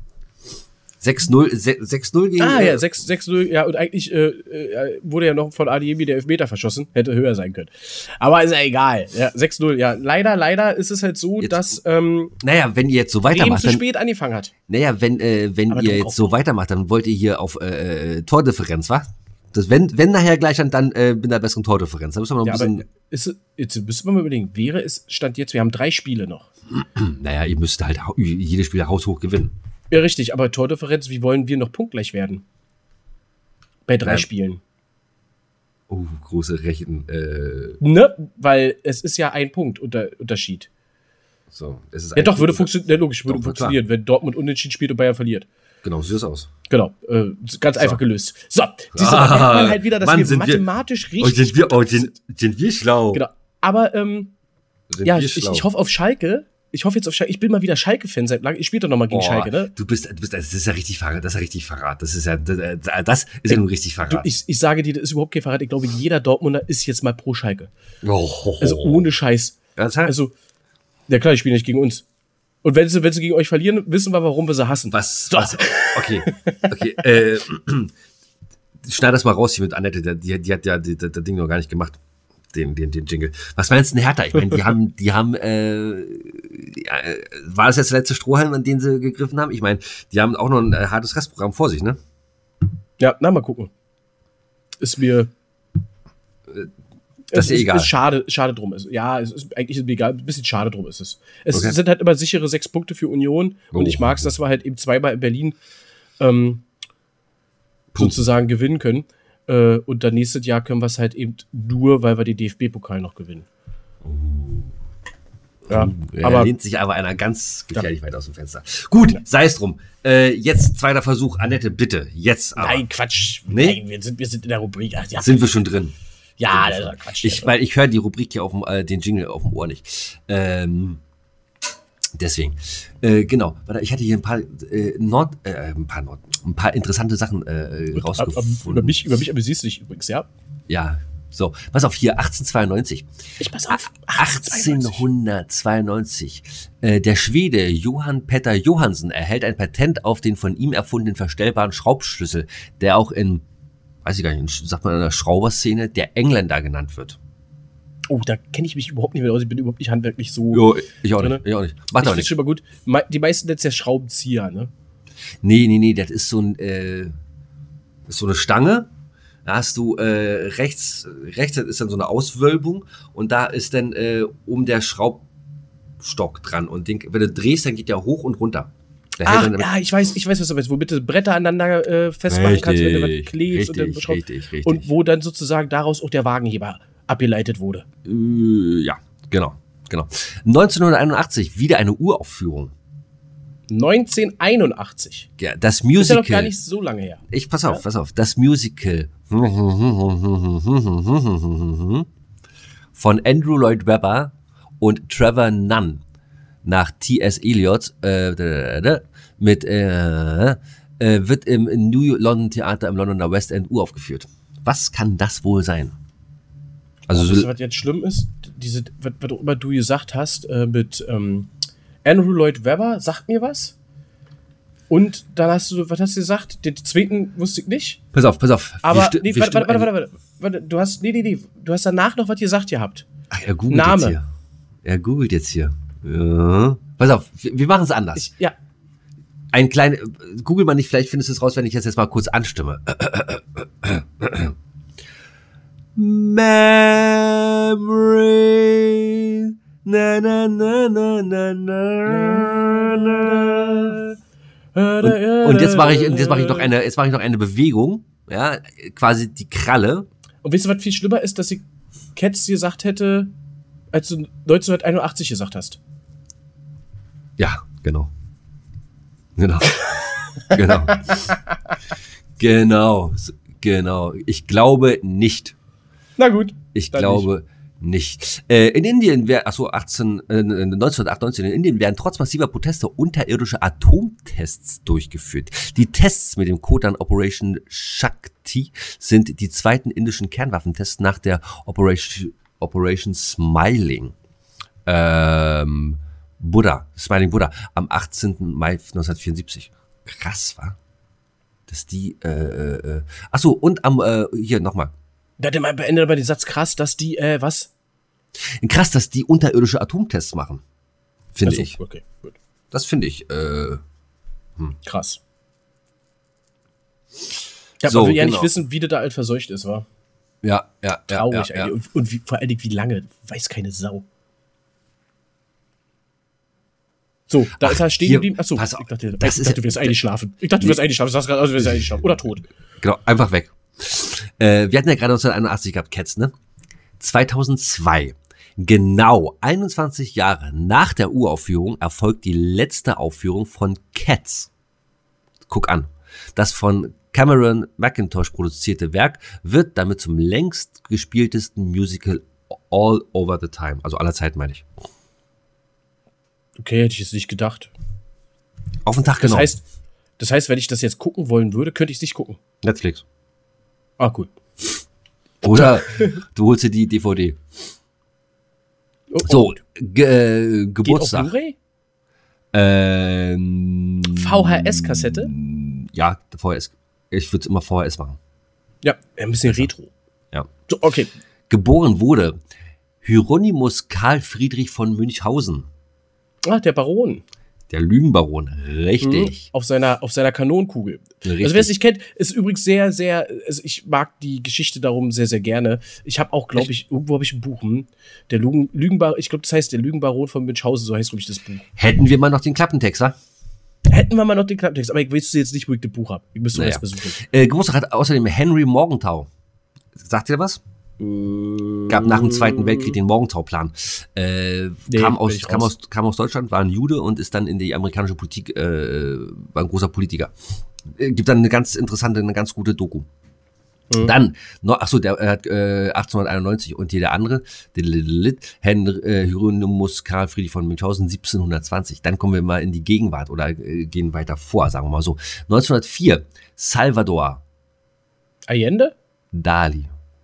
6-0 gegen... 6-0, ja, und eigentlich wurde ja noch von Adeyemi der Elfmeter verschossen. Hätte höher sein können. Aber ist ja egal. Ja, 6-0, ja. Leider ist es halt so, dass wenn ihr jetzt so weitermacht... zu spät angefangen hat. Naja, wenn ihr jetzt so weitermacht, dann wollt ihr hier auf Tordifferenz, wa? Das, wenn nachher Gleichstand, dann mit einer besseren Tordifferenz. Da müssen wir noch ein bisschen... Jetzt müssen wir mal überlegen, Stand jetzt, wir haben 3 Spiele noch. Naja, ihr müsst halt jedes Spiel haushoch gewinnen. Ja, richtig, aber Tordifferenz, wie wollen wir noch punktgleich werden? Bei 3 Spielen. Oh, große Rechen. Weil es ist ja ein Punkt Unterschied. So, es ist würde funktionieren, wenn Dortmund unentschieden spielt und Bayern verliert. Genau, so sieht es aus. Genau, ganz einfach gelöst. So, siehst du, da merkt man halt wieder, dass wir mathematisch richtig sind wir schlau. Genau, aber ich hoffe auf Schalke. Ich hoffe jetzt auf Schalke. Ich bin mal wieder Schalke-Fan seit langem. Ich spiele doch noch mal gegen Schalke, ne? Das ist ja richtig Verrat. Das ist ja nun richtig Verrat. Ich sage dir, das ist überhaupt kein Verrat. Ich glaube, jeder Dortmunder ist jetzt mal pro Schalke. Also ohne Scheiß. Also, ja klar, die spielen nicht gegen uns. Und wenn sie gegen euch verlieren, wissen wir, warum wir sie hassen. Was? Okay. Schneid das mal raus hier mit Annette. Die hat ja das Ding noch gar nicht gemacht. Den Jingle. Was meinst du denn Hertha? Ich meine, die haben war das jetzt der letzte Strohhalm, an den sie gegriffen haben? Ich meine, die haben auch noch ein hartes Restprogramm vor sich, ne? Ja, mal gucken. Ist mir das ist egal. Ist schade drum. Eigentlich ist mir egal. Ein bisschen schade drum ist es. Es sind halt immer sichere 6 Punkte für Union und ich mag es, dass wir halt eben zweimal in Berlin sozusagen gewinnen können. Und dann nächstes Jahr können wir es halt eben nur, weil wir den DFB-Pokal noch gewinnen. Ja, aber lehnt sich aber einer ganz gefährlich weit aus dem Fenster. Gut, sei es drum. Jetzt zweiter Versuch. Annette, bitte. Jetzt aber. Nein, Quatsch. Nee? Nein, wir sind in der Rubrik. Ach, ja. Sind wir schon drin? Ja, das ist Quatsch. Weil ich höre die Rubrik hier den Jingle auf dem Ohr nicht. Deswegen. Genau. Ich hatte hier ein paar interessante Sachen rausgefunden. Über mich amüsierst du dich übrigens, ja? Ja. So, pass auf, hier 1892. Pass auf. 1892. Der Schwede Johan Petter Johansson erhält ein Patent auf den von ihm erfundenen verstellbaren Schraubschlüssel, der auch in, weiß ich gar nicht, sagt man in der Schrauberszene, der Engländer genannt wird. Oh, da kenne ich mich überhaupt nicht mehr aus. Ich bin überhaupt nicht handwerklich so. Jo, ich auch nicht. Macht auch nicht. Schon mal gut. Die meisten nennen es ja Schraubenzieher, ne? Nee, das ist so eine Stange. Da hast du rechts ist dann so eine Auswölbung und da ist dann um der Schraubstock dran. Und wenn du drehst, dann geht der hoch und runter. Ich weiß, was du meinst, womit du Bretter aneinander festmachen kannst, wenn du was klebst. Richtig. Und wo dann sozusagen daraus auch der Wagenheber abgeleitet wurde. Ja, genau. 1981 wieder eine Uraufführung. 1981. Ja, das Musical. Ist ja noch gar nicht so lange her. Pass auf. Das Musical von Andrew Lloyd Webber und Trevor Nunn nach T.S. Eliot mit wird im New London Theater im Londoner West End uraufgeführt. Was kann das wohl sein? Also weißt du, was jetzt schlimm ist? Was auch immer du gesagt hast, mit Andrew Lloyd Webber, sagt mir was. Und dann was hast du gesagt? Den zweiten wusste ich nicht. Pass auf. Aber, warte, du hast danach noch was gesagt gehabt. Ach, er googelt Name. jetzt hier. Er googelt jetzt hier. Ja. Pass auf, wir machen es anders. Ja. Ein kleiner, google mal nicht, vielleicht findest du es raus, wenn ich jetzt mal kurz anstimme. Memory. Na, na, na, na, na, na, na. Und jetzt mache ich noch eine Bewegung, ja, quasi die Kralle. Und weißt du, was viel schlimmer ist, dass ich Cats gesagt hätte, als du 1981 gesagt hast? Ja, genau. Genau. Ich glaube nicht. Na gut. Ich glaube nicht. In Indien 1998 in Indien werden trotz massiver Proteste unterirdische Atomtests durchgeführt. Die Tests mit dem Code an Operation Shakti sind die zweiten indischen Kernwaffentests nach der Operation Smiling. Smiling Buddha am 18. Mai 1974. Krass, wa? Dass die, achso, und hier nochmal. Da beendet aber den Satz krass, dass die, was? Krass, dass die unterirdische Atomtests machen. Finde ich. Okay, gut. Das finde ich, Krass. Ja, so, man will ja genau. nicht wissen, wie der da alt verseucht ist, wa? Ja. Traurig ja. eigentlich. Und vor allem, wie lange? Weiß keine Sau. So, da ist er stehen geblieben. Achso, ich dachte, du wirst eingeschlafen. Du sahst gerade aus, du wirst eingeschlafen. Oder tot. Genau, einfach weg. Wir hatten ja gerade 1981 gehabt, Cats, ne? 2002, genau 21 Jahre nach der Uraufführung, erfolgt die letzte Aufführung von Cats. Guck an. Das von Cameron Mackintosh produzierte Werk wird damit zum längst gespieltesten Musical all over the time. Also aller Zeit, meine ich. Okay, hätte ich jetzt nicht gedacht. Auf den Tag genau. Das heißt, wenn ich das jetzt gucken wollen würde, könnte ich es nicht gucken. Netflix. Ah, cool. Oder du holst dir die DVD. So, Geburtstag. Geht auf Blu-ray? VHS-Kassette? Ja, VHS. Ich würde es immer VHS machen. Ja, ein bisschen retro. Ja. So, okay. Geboren wurde Hieronymus Karl Friedrich von Münchhausen. Ah, der Baron. Der Lügenbaron, richtig. Auf seiner Kanonenkugel. Richtig. Also wer es nicht kennt, ist übrigens sehr, sehr, also ich mag die Geschichte darum sehr, sehr gerne. Ich habe auch, glaube ich, irgendwo habe ich ein Buch, der Lügenbaron, ich glaube, das heißt der Lügenbaron von Münchhausen, so heißt, glaube ich, das Buch. Hätten wir mal noch den Klappentext, wa? Hätten wir mal noch den Klappentext, aber ich weiß jetzt nicht, wo ich das Buch habe. Ich müsste das besuchen. Geburtstag hat außerdem Henry Morgenthau. Sagt ihr was? Gab nach dem Zweiten Weltkrieg den Morgenthau-Plan. Kam aus Deutschland, war ein Jude und ist dann in die amerikanische Politik, war ein großer Politiker. Gibt dann eine ganz interessante, eine ganz gute Doku. Dann, der hat 1891 und hier der andere, Hieronymus Karl Friedrich von Münchhausen 1720. Dann kommen wir mal in die Gegenwart oder gehen weiter vor, sagen wir mal so. 1904, Salvador Allende? Dali.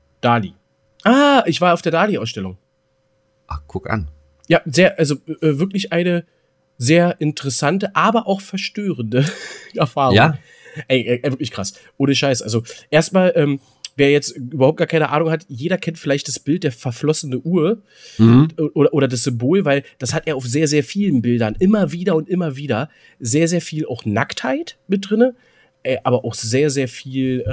Ah, ich war auf der Dali-Ausstellung. Ach, guck an. Ja, wirklich eine sehr interessante, aber auch verstörende Erfahrung. Ja? Ey, wirklich krass. Ohne Scheiß. Also, erstmal, wer jetzt überhaupt gar keine Ahnung hat, jeder kennt vielleicht das Bild der verflossene Uhr oder das Symbol, weil das hat er auf sehr, sehr vielen Bildern immer wieder sehr, sehr viel auch Nacktheit mit drinne, aber auch sehr, sehr viel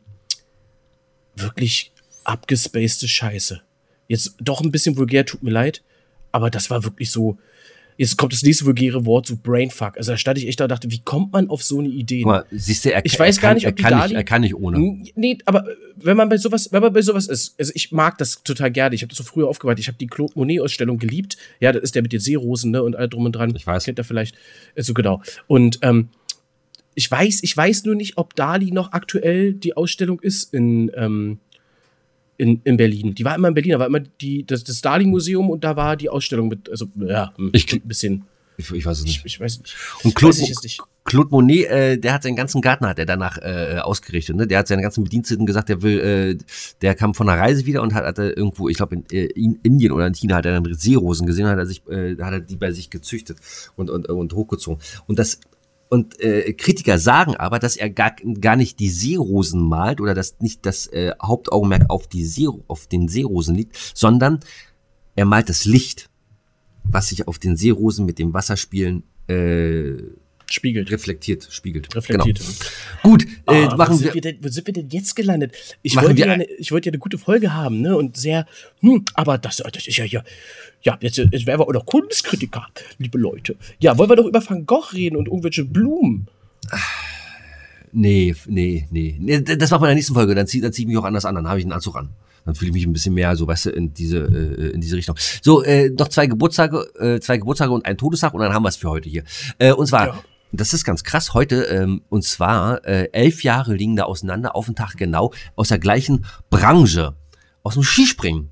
wirklich abgespacede Scheiße. Jetzt doch ein bisschen vulgär, tut mir leid, aber das war wirklich so. Jetzt kommt das nächste vulgäre Wort, so Brainfuck. Also da stand ich echt da und dachte, wie kommt man auf so eine Idee? Guck mal, siehst du, ich weiß gar nicht, ob er kann nicht ohne. Nee, aber wenn man bei sowas ist, also ich mag das total gerne. Ich habe das so früher aufgebaut. Ich habe die Claude Monet-Ausstellung geliebt. Ja, das ist der mit den Seerosen, ne, und all drum und dran. Ich weiß. Kennt ihr vielleicht. So genau. Und ich weiß nur nicht, ob Dali noch aktuell die Ausstellung ist in in Berlin. Die war immer in Berlin, da war immer das Dali-Museum und da war die Ausstellung mit, also ja, ein bisschen. Ich weiß es nicht. Ich weiß nicht. Und Claude Monet, der hat seinen ganzen Garten hat er danach ausgerichtet. Ne? Der hat seinen ganzen Bediensteten gesagt, der kam von einer Reise wieder und hatte irgendwo, ich glaube in Indien oder in China hat er dann Seerosen gesehen, hat er die bei sich gezüchtet und hochgezogen. Und Kritiker sagen aber, dass er gar nicht die Seerosen malt oder dass nicht das Hauptaugenmerk auf den Seerosen liegt, sondern er malt das Licht, was sich auf den Seerosen mit dem Wasserspielen spiegelt. Reflektiert. Genau. Gut, wo sind wir denn jetzt gelandet? Ich wollte ja eine gute Folge haben, ne? Und sehr, aber das ist ja, jetzt wären wir auch noch Kunstkritiker, liebe Leute. Ja, wollen wir doch über Van Gogh reden und irgendwelche Blumen? Nee. Das machen wir in der nächsten Folge, dann zieh ich mich auch anders an, dann habe ich einen Anzug an. Dann fühle ich mich ein bisschen mehr, so, weißt du, in diese Richtung. So, noch zwei Geburtstage und ein Todestag und dann haben wir es für heute hier. Und zwar, das ist ganz krass, heute, und zwar 11 Jahre liegen da auseinander, auf den Tag genau, aus der gleichen Branche, aus dem Skispringen.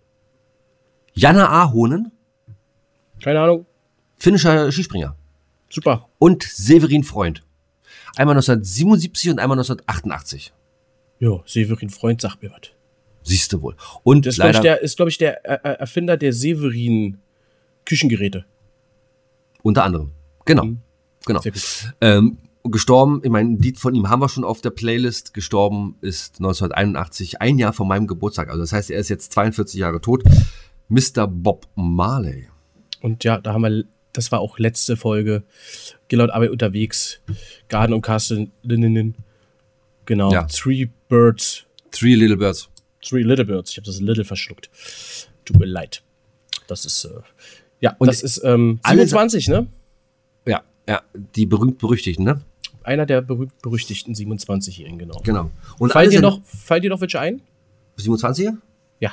Janne Ahonen. Keine Ahnung. Finnischer Skispringer. Super. Und Severin Freund. Einmal 1977 und einmal 1988. Ja, Severin Freund sagt mir was. Siehst du wohl. Und das ist, glaube ich, der Erfinder der Severin Küchengeräte. Unter anderem. Genau. Genau. Sehr gut. Gestorben, ich meine, ein Lied von ihm haben wir schon auf der Playlist. Gestorben ist 1981, ein Jahr vor meinem Geburtstag. Also das heißt, er ist jetzt 42 Jahre tot. Mr. Bob Marley. Und ja, das war auch letzte Folge. Gillard Arbeit unterwegs. Garden und Castle Linnen. Genau. Ja. Three Little Birds. Ich habe das Little verschluckt. Tut mir leid. Das ist, und das ist 27, ne? Ja, die berühmt-berüchtigten, ne? Einer der berühmt-berüchtigten 27-Jährigen, genau. Genau. Und fallen dir noch welche ein? 27er? Ja.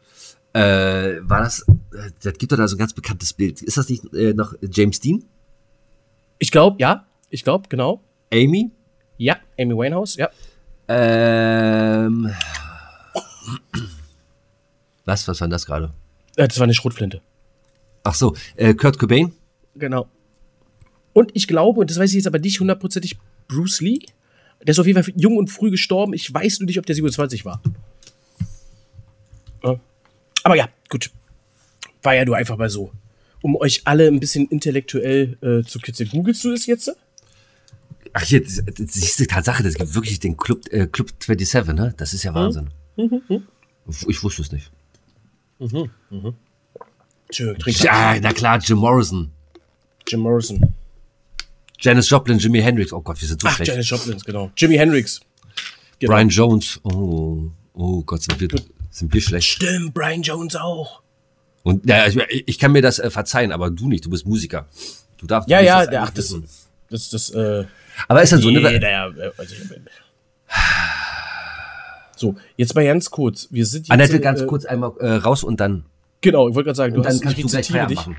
War das gibt doch da so ein ganz bekanntes Bild. Ist das nicht noch James Dean? Ich glaube, genau. Amy? Ja, Amy Winehouse, ja. Was war das gerade? Das war eine Schrotflinte. Ach so, Kurt Cobain? Genau. Und ich glaube, und das weiß ich jetzt aber nicht hundertprozentig, Bruce Lee, der ist auf jeden Fall jung und früh gestorben. Ich weiß nur nicht, ob der 27 war. Ja. Aber ja, gut. War ja nur einfach mal so. Um euch alle ein bisschen intellektuell zu kitzeln. Googlest du das jetzt? Ach, hier, siehst du, Tatsache, das gibt wirklich den Club 27, ne? Das ist ja Wahnsinn. Ich wusste es nicht. Ja, na klar, Jim Morrison. Janis Joplin, Jimi Hendrix. Oh Gott, wir sind so schlecht. Janis Joplin, genau. Jimi Hendrix. Genau. Brian Jones. Oh Gott, sind wir schlecht. Stimmt, Brian Jones auch. Und ja, ich kann mir das verzeihen, aber du nicht. Du bist Musiker. Du darfst. Aber ist ja so, ne? So, jetzt mal ganz kurz. Wir sind jetzt, Annette, ganz kurz einmal raus und dann. Genau, ich wollte gerade sagen, und dann kannst du gleich Feierabend machen.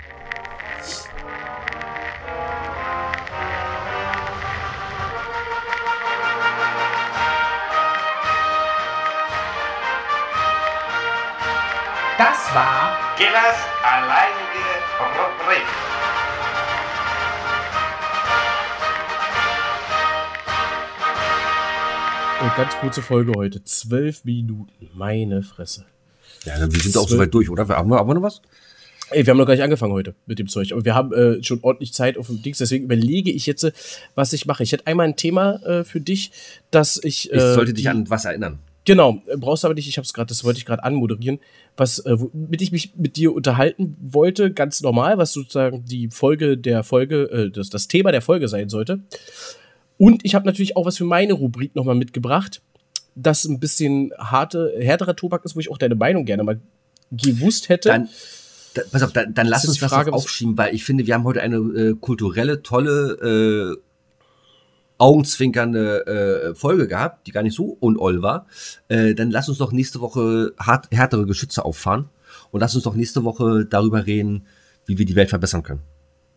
Das war Gillers alleinige Rubrik. Und ganz kurze Folge heute. 12 Minuten. Meine Fresse. Ja, wir sind auch soweit durch, oder? Haben wir noch was? Ey, wir haben noch gar nicht angefangen heute mit dem Zeug. Aber wir haben schon ordentlich Zeit auf dem Dings. Deswegen überlege ich jetzt, was ich mache. Ich hätte einmal ein Thema für dich, dass ich... Ich sollte dich an was erinnern. Genau, brauchst du aber nicht, das wollte ich gerade anmoderieren, womit ich mich mit dir unterhalten wollte, ganz normal, was sozusagen die Folge der Folge, das Thema der Folge sein sollte. Und ich habe natürlich auch was für meine Rubrik nochmal mitgebracht, das ein bisschen härterer Tobak ist, wo ich auch deine Meinung gerne mal gewusst hätte. Pass auf, dann lass uns das noch aufschieben, weil ich finde, wir haben heute eine kulturelle, tolle, augenzwinkernde Folge gehabt, die gar nicht so unoll war. Dann lass uns doch nächste Woche härtere Geschütze auffahren und lass uns doch nächste Woche darüber reden, wie wir die Welt verbessern können.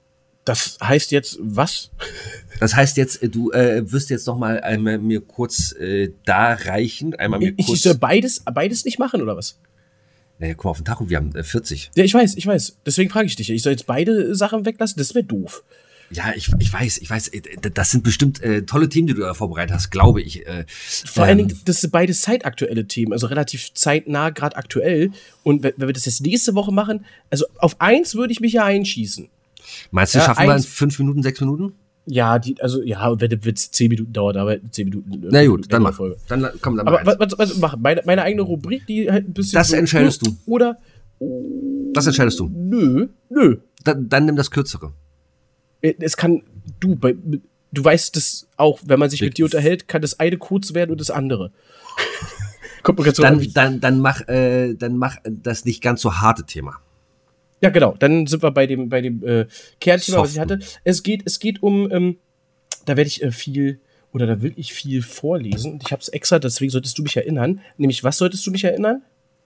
Das heißt jetzt was? Das heißt jetzt, du wirst jetzt noch mal einmal mir kurz darreichen. Einmal mir kurz. Ich soll beides nicht machen, oder was? Naja, guck mal auf den Tacho, wir haben 40. Ja, ich weiß. Deswegen frage ich dich. Ich soll jetzt beide Sachen weglassen? Das wäre doof. Ja, ich weiß. Das sind bestimmt tolle Themen, die du da vorbereitet hast, glaube ich. Vor allen Dingen, das sind beide zeitaktuelle Themen, also relativ zeitnah, gerade aktuell. Und wenn wir das jetzt nächste Woche machen, also auf eins würde ich mich ja einschießen. Meinst du, schaffen wir in 5 Minuten, 6 Minuten? Ja, wenn es 10 Minuten dauert, aber 10 Minuten. Na gut, dann mach. Dann komm, dann aber was machen? Meine eigene Rubrik, die halt ein bisschen. Das entscheidest du. Oder. Das entscheidest du. Nö. Dann nimm das Kürzere. Es kann. Du weißt das auch, wenn man sich mit dir unterhält, kann das eine kurz werden und das andere. Kommt mir ganz so dann mach das nicht ganz so harte Thema. Ja, genau. Dann sind wir bei dem Kernthema, was ich hatte. Es geht um, da will ich viel vorlesen. Und ich habe es extra, deswegen solltest du mich erinnern. Nämlich, was solltest du mich erinnern?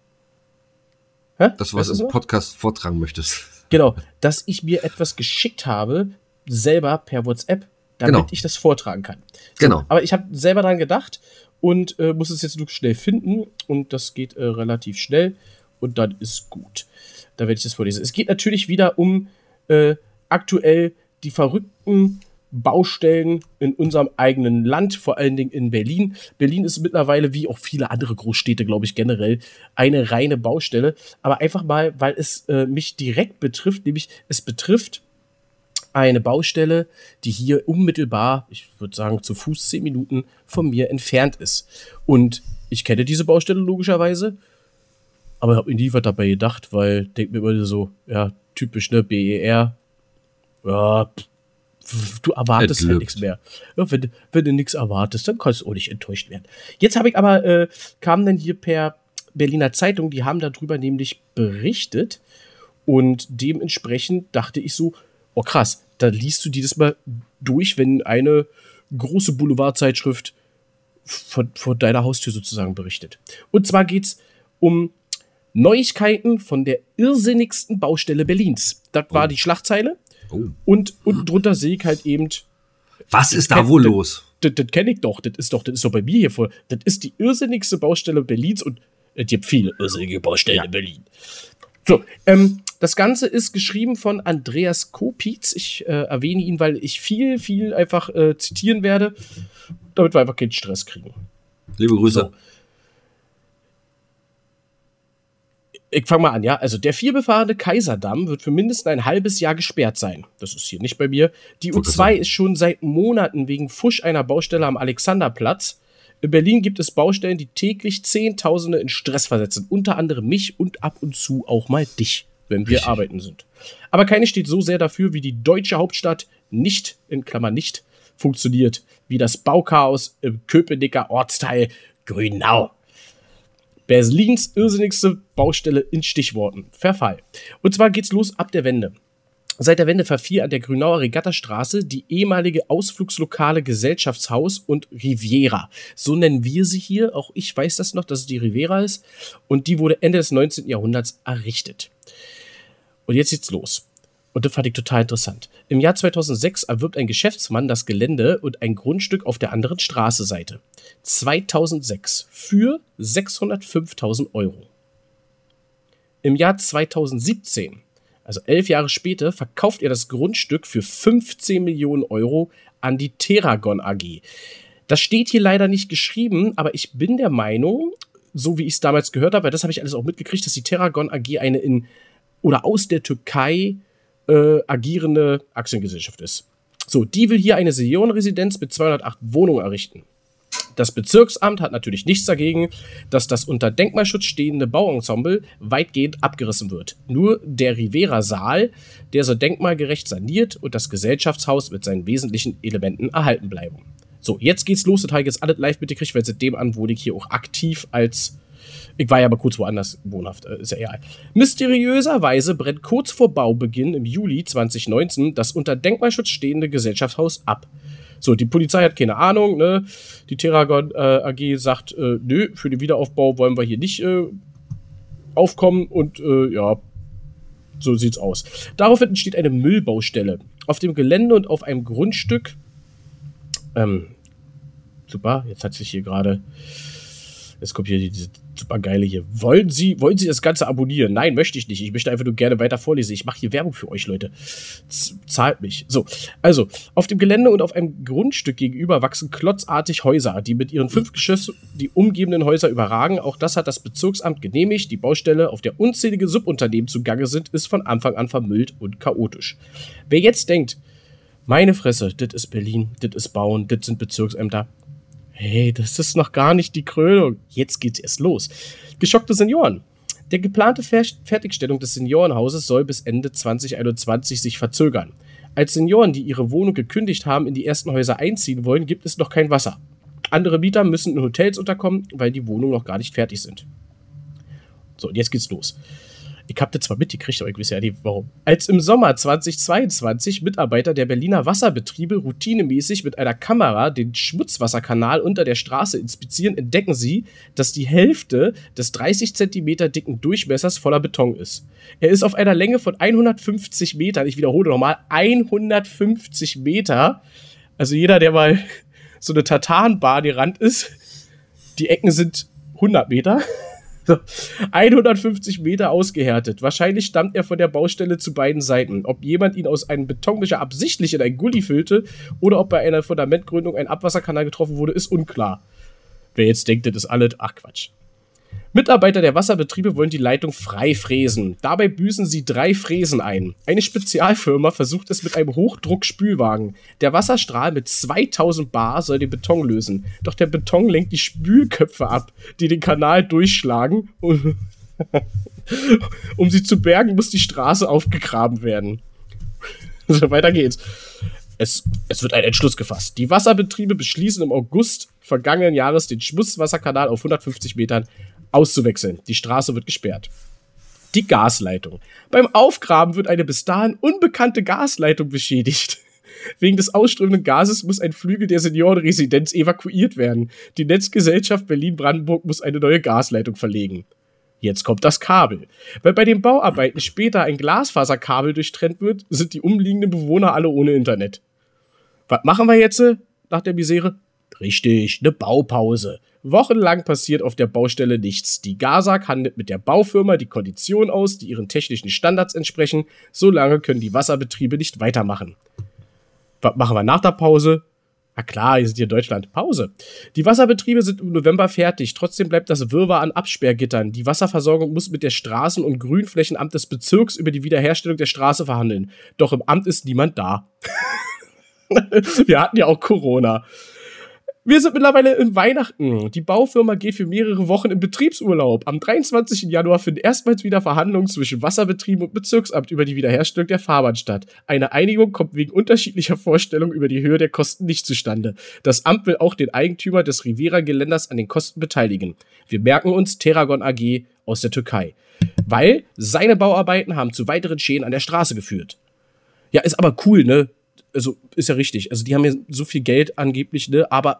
Dass du was im Podcast vortragen möchtest. Genau, dass ich mir etwas geschickt habe, selber per WhatsApp, damit ich das vortragen kann. So, genau. Aber ich habe selber daran gedacht und muss es jetzt nur schnell finden. Und das geht relativ schnell. Und dann ist gut. Da werde ich das vorlesen. Es geht natürlich wieder um aktuell die verrückten Baustellen in unserem eigenen Land, vor allen Dingen in Berlin. Berlin ist mittlerweile, wie auch viele andere Großstädte, glaube ich, generell, eine reine Baustelle. Aber einfach mal, weil es mich direkt betrifft, nämlich es betrifft eine Baustelle, die hier unmittelbar, ich würde sagen, zu Fuß 10 Minuten von mir entfernt ist. Und ich kenne diese Baustelle logischerweise, aber habe mir nie was dabei gedacht, weil denk mir immer so, ja, typisch, ne, BER, ja, du erwartest halt nichts mehr. Ja, wenn du nichts erwartest, dann kannst du auch nicht enttäuscht werden. Jetzt habe ich aber, kam dann hier per Berliner Zeitung, die haben darüber nämlich berichtet und dementsprechend dachte ich so, oh krass, da liest du dir das mal durch, wenn eine große Boulevardzeitschrift vor deiner Haustür sozusagen berichtet. Und zwar geht's um Neuigkeiten von der irrsinnigsten Baustelle Berlins. Das war die Schlagzeile. Und drunter sehe ich halt eben. Was ist da wohl los? Das kenne ich doch. Das ist doch bei mir hier vor. Das ist die irrsinnigste Baustelle Berlins und es gibt viele irrsinnige Baustellen in Berlin. So, das Ganze ist geschrieben von Andreas Kopitz. Ich erwähne ihn, weil ich viel einfach zitieren werde, damit wir einfach keinen Stress kriegen. Liebe Grüße. So. Ich fange mal an, ja. Also der vielbefahrene Kaiserdamm wird für mindestens ein halbes Jahr gesperrt sein. Das ist hier nicht bei mir. Die U2 ist schon seit Monaten wegen Pfusch einer Baustelle am Alexanderplatz. In Berlin gibt es Baustellen, die täglich Zehntausende in Stress versetzen. Unter anderem mich und ab und zu auch mal dich, wenn wir arbeiten sind. Aber keine steht so sehr dafür, wie die deutsche Hauptstadt nicht, in Klammern nicht, funktioniert. Wie das Bauchaos im Köpenicker Ortsteil Grünau. Berlins irrsinnigste Baustelle in Stichworten. Verfall. Und zwar geht's los ab der Wende. Seit der Wende verfiel an der Grünauer Regattastraße die ehemalige Ausflugslokale Gesellschaftshaus und Riviera. So nennen wir sie hier. Auch ich weiß das noch, dass es die Riviera ist. Und die wurde Ende des 19. Jahrhunderts errichtet. Und jetzt geht's los. Und das fand ich total interessant. Im Jahr 2006 erwirbt ein Geschäftsmann das Gelände und ein Grundstück auf der anderen Straßenseite. 2006 für 605.000 Euro. Im Jahr 2017, also 11 Jahre später, verkauft er das Grundstück für 15 Millionen Euro an die Teragon AG. Das steht hier leider nicht geschrieben, aber ich bin der Meinung, so wie ich es damals gehört habe, weil das habe ich alles auch mitgekriegt, dass die Teragon AG eine aus der Türkei agierende Aktiengesellschaft ist. So, die will hier eine Seniorenresidenz mit 208 Wohnungen errichten. Das Bezirksamt hat natürlich nichts dagegen, dass das unter Denkmalschutz stehende Bauensemble weitgehend abgerissen wird. Nur der Rivera-Saal, der soll denkmalgerecht saniert und das Gesellschaftshaus mit seinen wesentlichen Elementen erhalten bleiben. So, jetzt geht's los. Das habe ich jetzt alles live mitgekriegt, weil seitdem an wurde ich hier auch aktiv ich war ja aber kurz woanders wohnhaft, ist ja egal. Mysteriöserweise brennt kurz vor Baubeginn im Juli 2019 das unter Denkmalschutz stehende Gesellschaftshaus ab. So, die Polizei hat keine Ahnung, ne? Die Teragon AG sagt, nö, für den Wiederaufbau wollen wir hier nicht aufkommen und ja, so sieht's aus. Daraufhin entsteht eine Müllbaustelle. Auf dem Gelände und auf einem Grundstück, super, jetzt hat sich hier gerade, jetzt kommt hier diese super geile hier. Wollen Sie das Ganze abonnieren? Nein, möchte ich nicht. Ich möchte einfach nur gerne weiter vorlesen. Ich mache hier Werbung für euch, Leute. Zahlt mich. So, also, auf dem Gelände und auf einem Grundstück gegenüber wachsen klotzartig Häuser, die mit ihren 5 Geschossen die umgebenden Häuser überragen. Auch das hat das Bezirksamt genehmigt. Die Baustelle, auf der unzählige Subunternehmen zugange sind, ist von Anfang an vermüllt und chaotisch. Wer jetzt denkt, meine Fresse, das ist Berlin, das ist Bauen, das sind Bezirksämter. Hey, das ist noch gar nicht die Krönung. Jetzt geht's erst los. Geschockte Senioren. Der geplante Fertigstellung des Seniorenhauses soll bis Ende 2021 sich verzögern. Als Senioren, die ihre Wohnung gekündigt haben, in die ersten Häuser einziehen wollen, gibt es noch kein Wasser. Andere Mieter müssen in Hotels unterkommen, weil die Wohnungen noch gar nicht fertig sind. So, und jetzt geht's los. Ich hab das zwar mitgekriegt, aber ich weiß ja nicht, warum. Als im Sommer 2022 Mitarbeiter der Berliner Wasserbetriebe routinemäßig mit einer Kamera den Schmutzwasserkanal unter der Straße inspizieren, entdecken sie, dass die Hälfte des 30 Zentimeter dicken Durchmessers voller Beton ist. Er ist auf einer Länge von 150 Metern, ich wiederhole nochmal, 150 Meter. Also jeder, der mal so eine Tartanbahn gerannt ist, die Ecken sind 100 Meter. 150 Meter ausgehärtet. Wahrscheinlich stammt er von der Baustelle zu beiden Seiten. Ob jemand ihn aus einem Betonmischer absichtlich in ein Gully füllte oder ob bei einer Fundamentgründung ein Abwasserkanal getroffen wurde, ist unklar. Wer jetzt denkt, das ist alles, ach Quatsch. Mitarbeiter der Wasserbetriebe wollen die Leitung frei fräsen. Dabei büßen sie 3 Fräsen ein. Eine Spezialfirma versucht es mit einem Hochdruckspülwagen. Der Wasserstrahl mit 2000 Bar soll den Beton lösen. Doch der Beton lenkt die Spülköpfe ab, die den Kanal durchschlagen. Um sie zu bergen, muss die Straße aufgegraben werden. So, weiter geht's. Es wird ein Entschluss gefasst. Die Wasserbetriebe beschließen im August vergangenen Jahres, den Schmutzwasserkanal auf 150 Metern auszuwechseln. Die Straße wird gesperrt. Die Gasleitung. Beim Aufgraben wird eine bis dahin unbekannte Gasleitung beschädigt. Wegen des ausströmenden Gases muss ein Flügel der Seniorenresidenz evakuiert werden. Die Netzgesellschaft Berlin-Brandenburg muss eine neue Gasleitung verlegen. Jetzt kommt das Kabel. Weil bei den Bauarbeiten später ein Glasfaserkabel durchtrennt wird, sind die umliegenden Bewohner alle ohne Internet. Was machen wir jetzt nach der Misere? Richtig, eine Baupause. Wochenlang passiert auf der Baustelle nichts. Die GASAG handelt mit der Baufirma die Konditionen aus, die ihren technischen Standards entsprechen. Solange können die Wasserbetriebe nicht weitermachen. Was machen wir nach der Pause? Na klar, hier sind hier in Deutschland. Pause. Die Wasserbetriebe sind im November fertig. Trotzdem bleibt das Wirrwarr an Absperrgittern. Die Wasserversorgung muss mit der Straßen- und Grünflächenamt des Bezirks über die Wiederherstellung der Straße verhandeln. Doch im Amt ist niemand da. Wir hatten ja auch Corona. Wir sind mittlerweile in Weihnachten. Die Baufirma geht für mehrere Wochen in Betriebsurlaub. Am 23. Januar finden erstmals wieder Verhandlungen zwischen Wasserbetrieben und Bezirksamt über die Wiederherstellung der Fahrbahn statt. Eine Einigung kommt wegen unterschiedlicher Vorstellungen über die Höhe der Kosten nicht zustande. Das Amt will auch den Eigentümer des Riviera-Geländers an den Kosten beteiligen. Wir merken uns Teragon AG aus der Türkei. Weil seine Bauarbeiten haben zu weiteren Schäden an der Straße geführt. Ja, ist aber cool, ne? Also, ist ja richtig. Also, die haben ja so viel Geld angeblich, ne? Aber,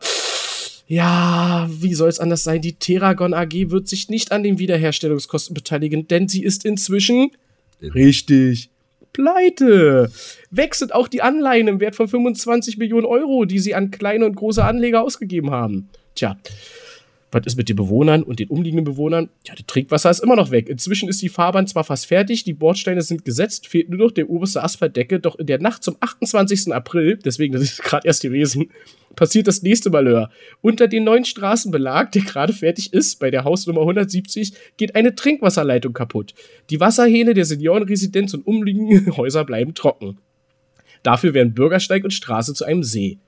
ja, wie soll es anders sein? Die Teragon AG wird sich nicht an den Wiederherstellungskosten beteiligen, denn sie ist inzwischen, richtig, pleite. Weg sind auch die Anleihen im Wert von 25 Millionen Euro, die sie an kleine und große Anleger ausgegeben haben. Tja, was ist mit den Bewohnern und den umliegenden Bewohnern? Ja, das Trinkwasser ist immer noch weg. Inzwischen ist die Fahrbahn zwar fast fertig, die Bordsteine sind gesetzt, fehlt nur noch der oberste Asphaltdecke, doch in der Nacht zum 28. April, deswegen, das ist gerade erst gewesen, passiert das nächste Malheur. Unter den neuen Straßenbelag, der gerade fertig ist, bei der Hausnummer 170, geht eine Trinkwasserleitung kaputt. Die Wasserhähne der Seniorenresidenz und umliegenden Häuser bleiben trocken. Dafür werden Bürgersteig und Straße zu einem See.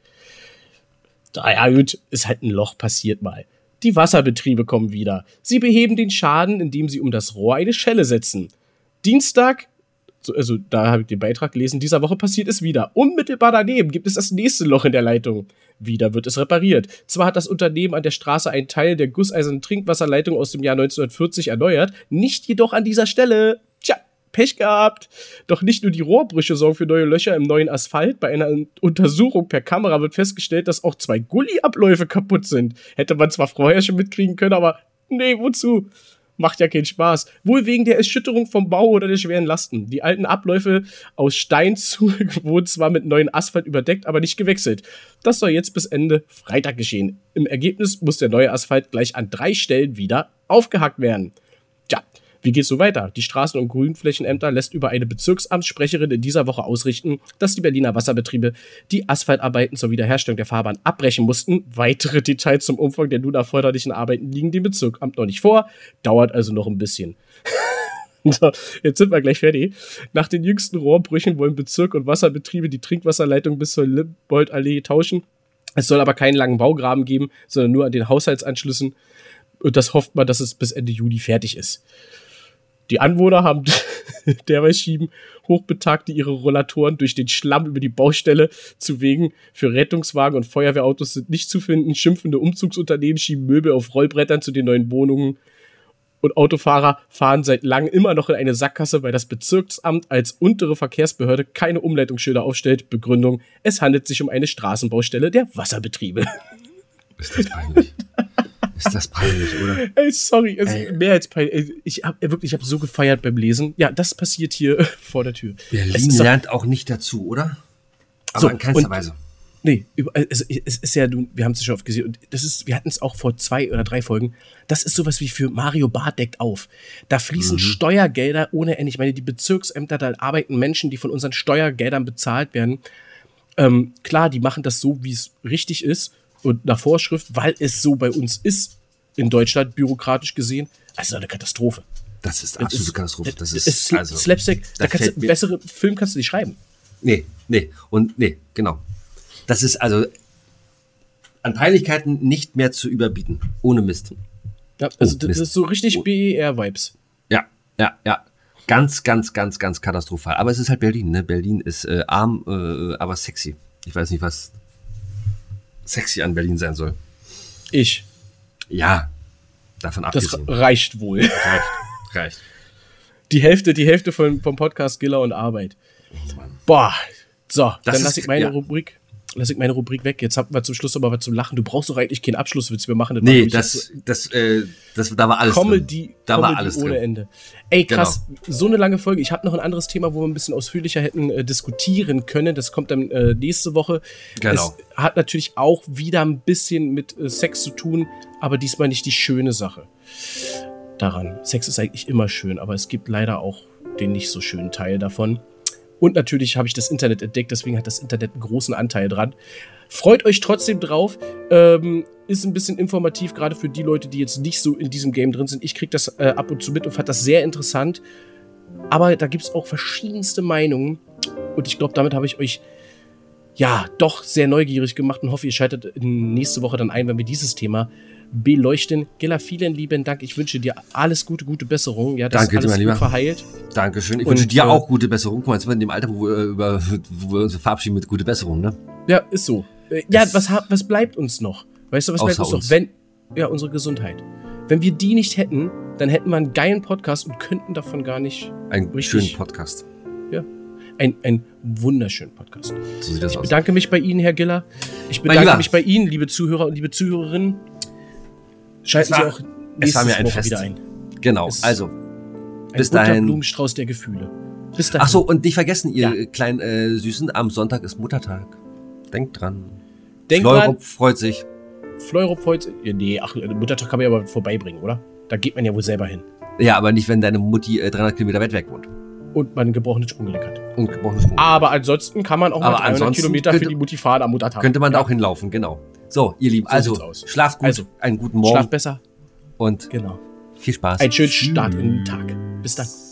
Ja gut, ist halt ein Loch, passiert mal. Die Wasserbetriebe kommen wieder. Sie beheben den Schaden, indem sie um das Rohr eine Schelle setzen. Dienstag, also da habe ich den Beitrag gelesen, dieser Woche passiert es wieder. Unmittelbar daneben gibt es das nächste Loch in der Leitung. Wieder wird es repariert. Zwar hat das Unternehmen an der Straße einen Teil der gusseisernen Trinkwasserleitung aus dem Jahr 1940 erneuert, nicht jedoch an dieser Stelle. Tja, Pech gehabt. Doch nicht nur die Rohrbrüche sorgen für neue Löcher im neuen Asphalt. Bei einer Untersuchung per Kamera wird festgestellt, dass auch 2 Gullyabläufe kaputt sind. Hätte man zwar vorher schon mitkriegen können, aber nee, wozu? Macht ja keinen Spaß. Wohl wegen der Erschütterung vom Bau oder der schweren Lasten. Die alten Abläufe aus Stein wurden zwar mit neuen Asphalt überdeckt, aber nicht gewechselt. Das soll jetzt bis Ende Freitag geschehen. Im Ergebnis muss der neue Asphalt gleich an 3 Stellen wieder aufgehackt werden. Tja, wie geht's so weiter? Die Straßen- und Grünflächenämter lässt über eine Bezirksamtssprecherin in dieser Woche ausrichten, dass die Berliner Wasserbetriebe die Asphaltarbeiten zur Wiederherstellung der Fahrbahn abbrechen mussten. Weitere Details zum Umfang der nun erforderlichen Arbeiten liegen dem Bezirksamt noch nicht vor. Dauert also noch ein bisschen. So, jetzt sind wir gleich fertig. Nach den jüngsten Rohrbrüchen wollen Bezirk und Wasserbetriebe die Trinkwasserleitung bis zur Limboldallee tauschen. Es soll aber keinen langen Baugraben geben, sondern nur an den Haushaltsanschlüssen. Und das hofft man, dass es bis Ende Juli fertig ist. Die Anwohner haben derweil schieben Hochbetagte ihre Rollatoren durch den Schlamm über die Baustelle zu Wegen. Für Rettungswagen und Feuerwehrautos sind nicht zu finden. Schimpfende Umzugsunternehmen schieben Möbel auf Rollbrettern zu den neuen Wohnungen. Und Autofahrer fahren seit langem immer noch in eine Sackgasse, weil das Bezirksamt als untere Verkehrsbehörde keine Umleitungsschilder aufstellt. Begründung: Es handelt sich um eine Straßenbaustelle der Wasserbetriebe. Ist das peinlich? Ist das peinlich, oder? Ey, sorry, mehr als peinlich. Ich hab so gefeiert beim Lesen. Ja, das passiert hier vor der Tür. Berlin lernt auch nicht dazu, oder? Aber so, in keinster Weise. Nee, es ist ja, wir haben es schon oft gesehen, und wir hatten es auch vor 2 oder 3 Folgen, das ist sowas wie für Mario Barth deckt auf. Da fließen Steuergelder ohne Ende. Ich meine, die Bezirksämter, da arbeiten Menschen, die von unseren Steuergeldern bezahlt werden. Klar, die machen das so, wie es richtig ist und nach Vorschrift, weil es so bei uns ist, in Deutschland, bürokratisch gesehen. Also eine Katastrophe. Das ist absolute Katastrophe. Das ist also, Slapstick, bessere Film kannst du nicht schreiben. Nee, genau. Das ist also an Peinlichkeiten nicht mehr zu überbieten. Ohne Mist. Ja, also das ist so richtig BER-Vibes. Ja. Ganz katastrophal. Aber es ist halt Berlin, ne? Berlin ist arm, aber sexy. Ich weiß nicht, was sexy an Berlin sein soll. Ja, davon abgesehen. Das reicht wohl. Reicht. Die Hälfte vom Podcast Giller und Arbeit. Boah. So, dann lasse ich meine Rubrik weg. Jetzt haben wir zum Schluss aber was zum Lachen. Du brauchst doch eigentlich keinen Abschlusswitz. Wir machen das. Da war alles Comedy, drin. Da war alles ohne drin. Ende. Ey, krass. Genau. So eine lange Folge. Ich habe noch ein anderes Thema, wo wir ein bisschen ausführlicher hätten diskutieren können. Das kommt dann nächste Woche. Genau. Es hat natürlich auch wieder ein bisschen mit Sex zu tun, aber diesmal nicht die schöne Sache daran. Sex ist eigentlich immer schön, aber es gibt leider auch den nicht so schönen Teil davon. Und natürlich habe ich das Internet entdeckt, deswegen hat das Internet einen großen Anteil dran. Freut euch trotzdem drauf. Ist ein bisschen informativ, gerade für die Leute, die jetzt nicht so in diesem Game drin sind. Ich kriege das ab und zu mit und fand das sehr interessant. Aber da gibt es auch verschiedenste Meinungen. Und ich glaube, damit habe ich euch ja doch sehr neugierig gemacht und hoffe, ihr schaltet nächste Woche dann ein, wenn wir dieses Thema beleuchten. Gilla, vielen lieben Dank. Ich wünsche dir alles gute Besserung. Ja, dass Danke, alles mein gut verheilt. Dankeschön. Ich wünsche dir auch gute Besserung. Guck mal, jetzt sind wir in dem Alter, wo wir uns verabschieden mit gute Besserung, ne? Ja, ist so. Ja, was bleibt uns noch? Weißt du, was bleibt uns noch? Unsere Gesundheit. Wenn wir die nicht hätten, dann hätten wir einen geilen Podcast und könnten davon gar nicht einen schönen Podcast. Ja. Ein wunderschönen Podcast. So sieht das aus. Ich bedanke mich bei Ihnen, Herr Giller. Ich bedanke mich bei Ihnen, liebe Zuhörer und liebe Zuhörerinnen. Schalten Sie auch nächste Woche wieder ein. Genau, also bis dahin. Ein Blumenstrauß der Gefühle. Bis dahin. Ach so, und nicht vergessen, ihr kleinen Süßen, am Sonntag ist Muttertag. Denkt dran. Fleurop freut sich. Ja, nee, Muttertag kann man ja aber vorbeibringen, oder? Da geht man ja wohl selber hin. Ja, aber nicht, wenn deine Mutti 300 Kilometer weit weg wohnt. Und man ein gebrochenes Sprunggelenk hat. Und Aber ansonsten kann man auch mal 300 Kilometer für die Mutti fahren am Muttertag. Könnte man da auch hinlaufen, genau. So, ihr Lieben, also schlaft gut, einen guten Morgen. Schlaft besser. Und genau. Viel Spaß. Einen schönen Start in den Tag. Bis dann.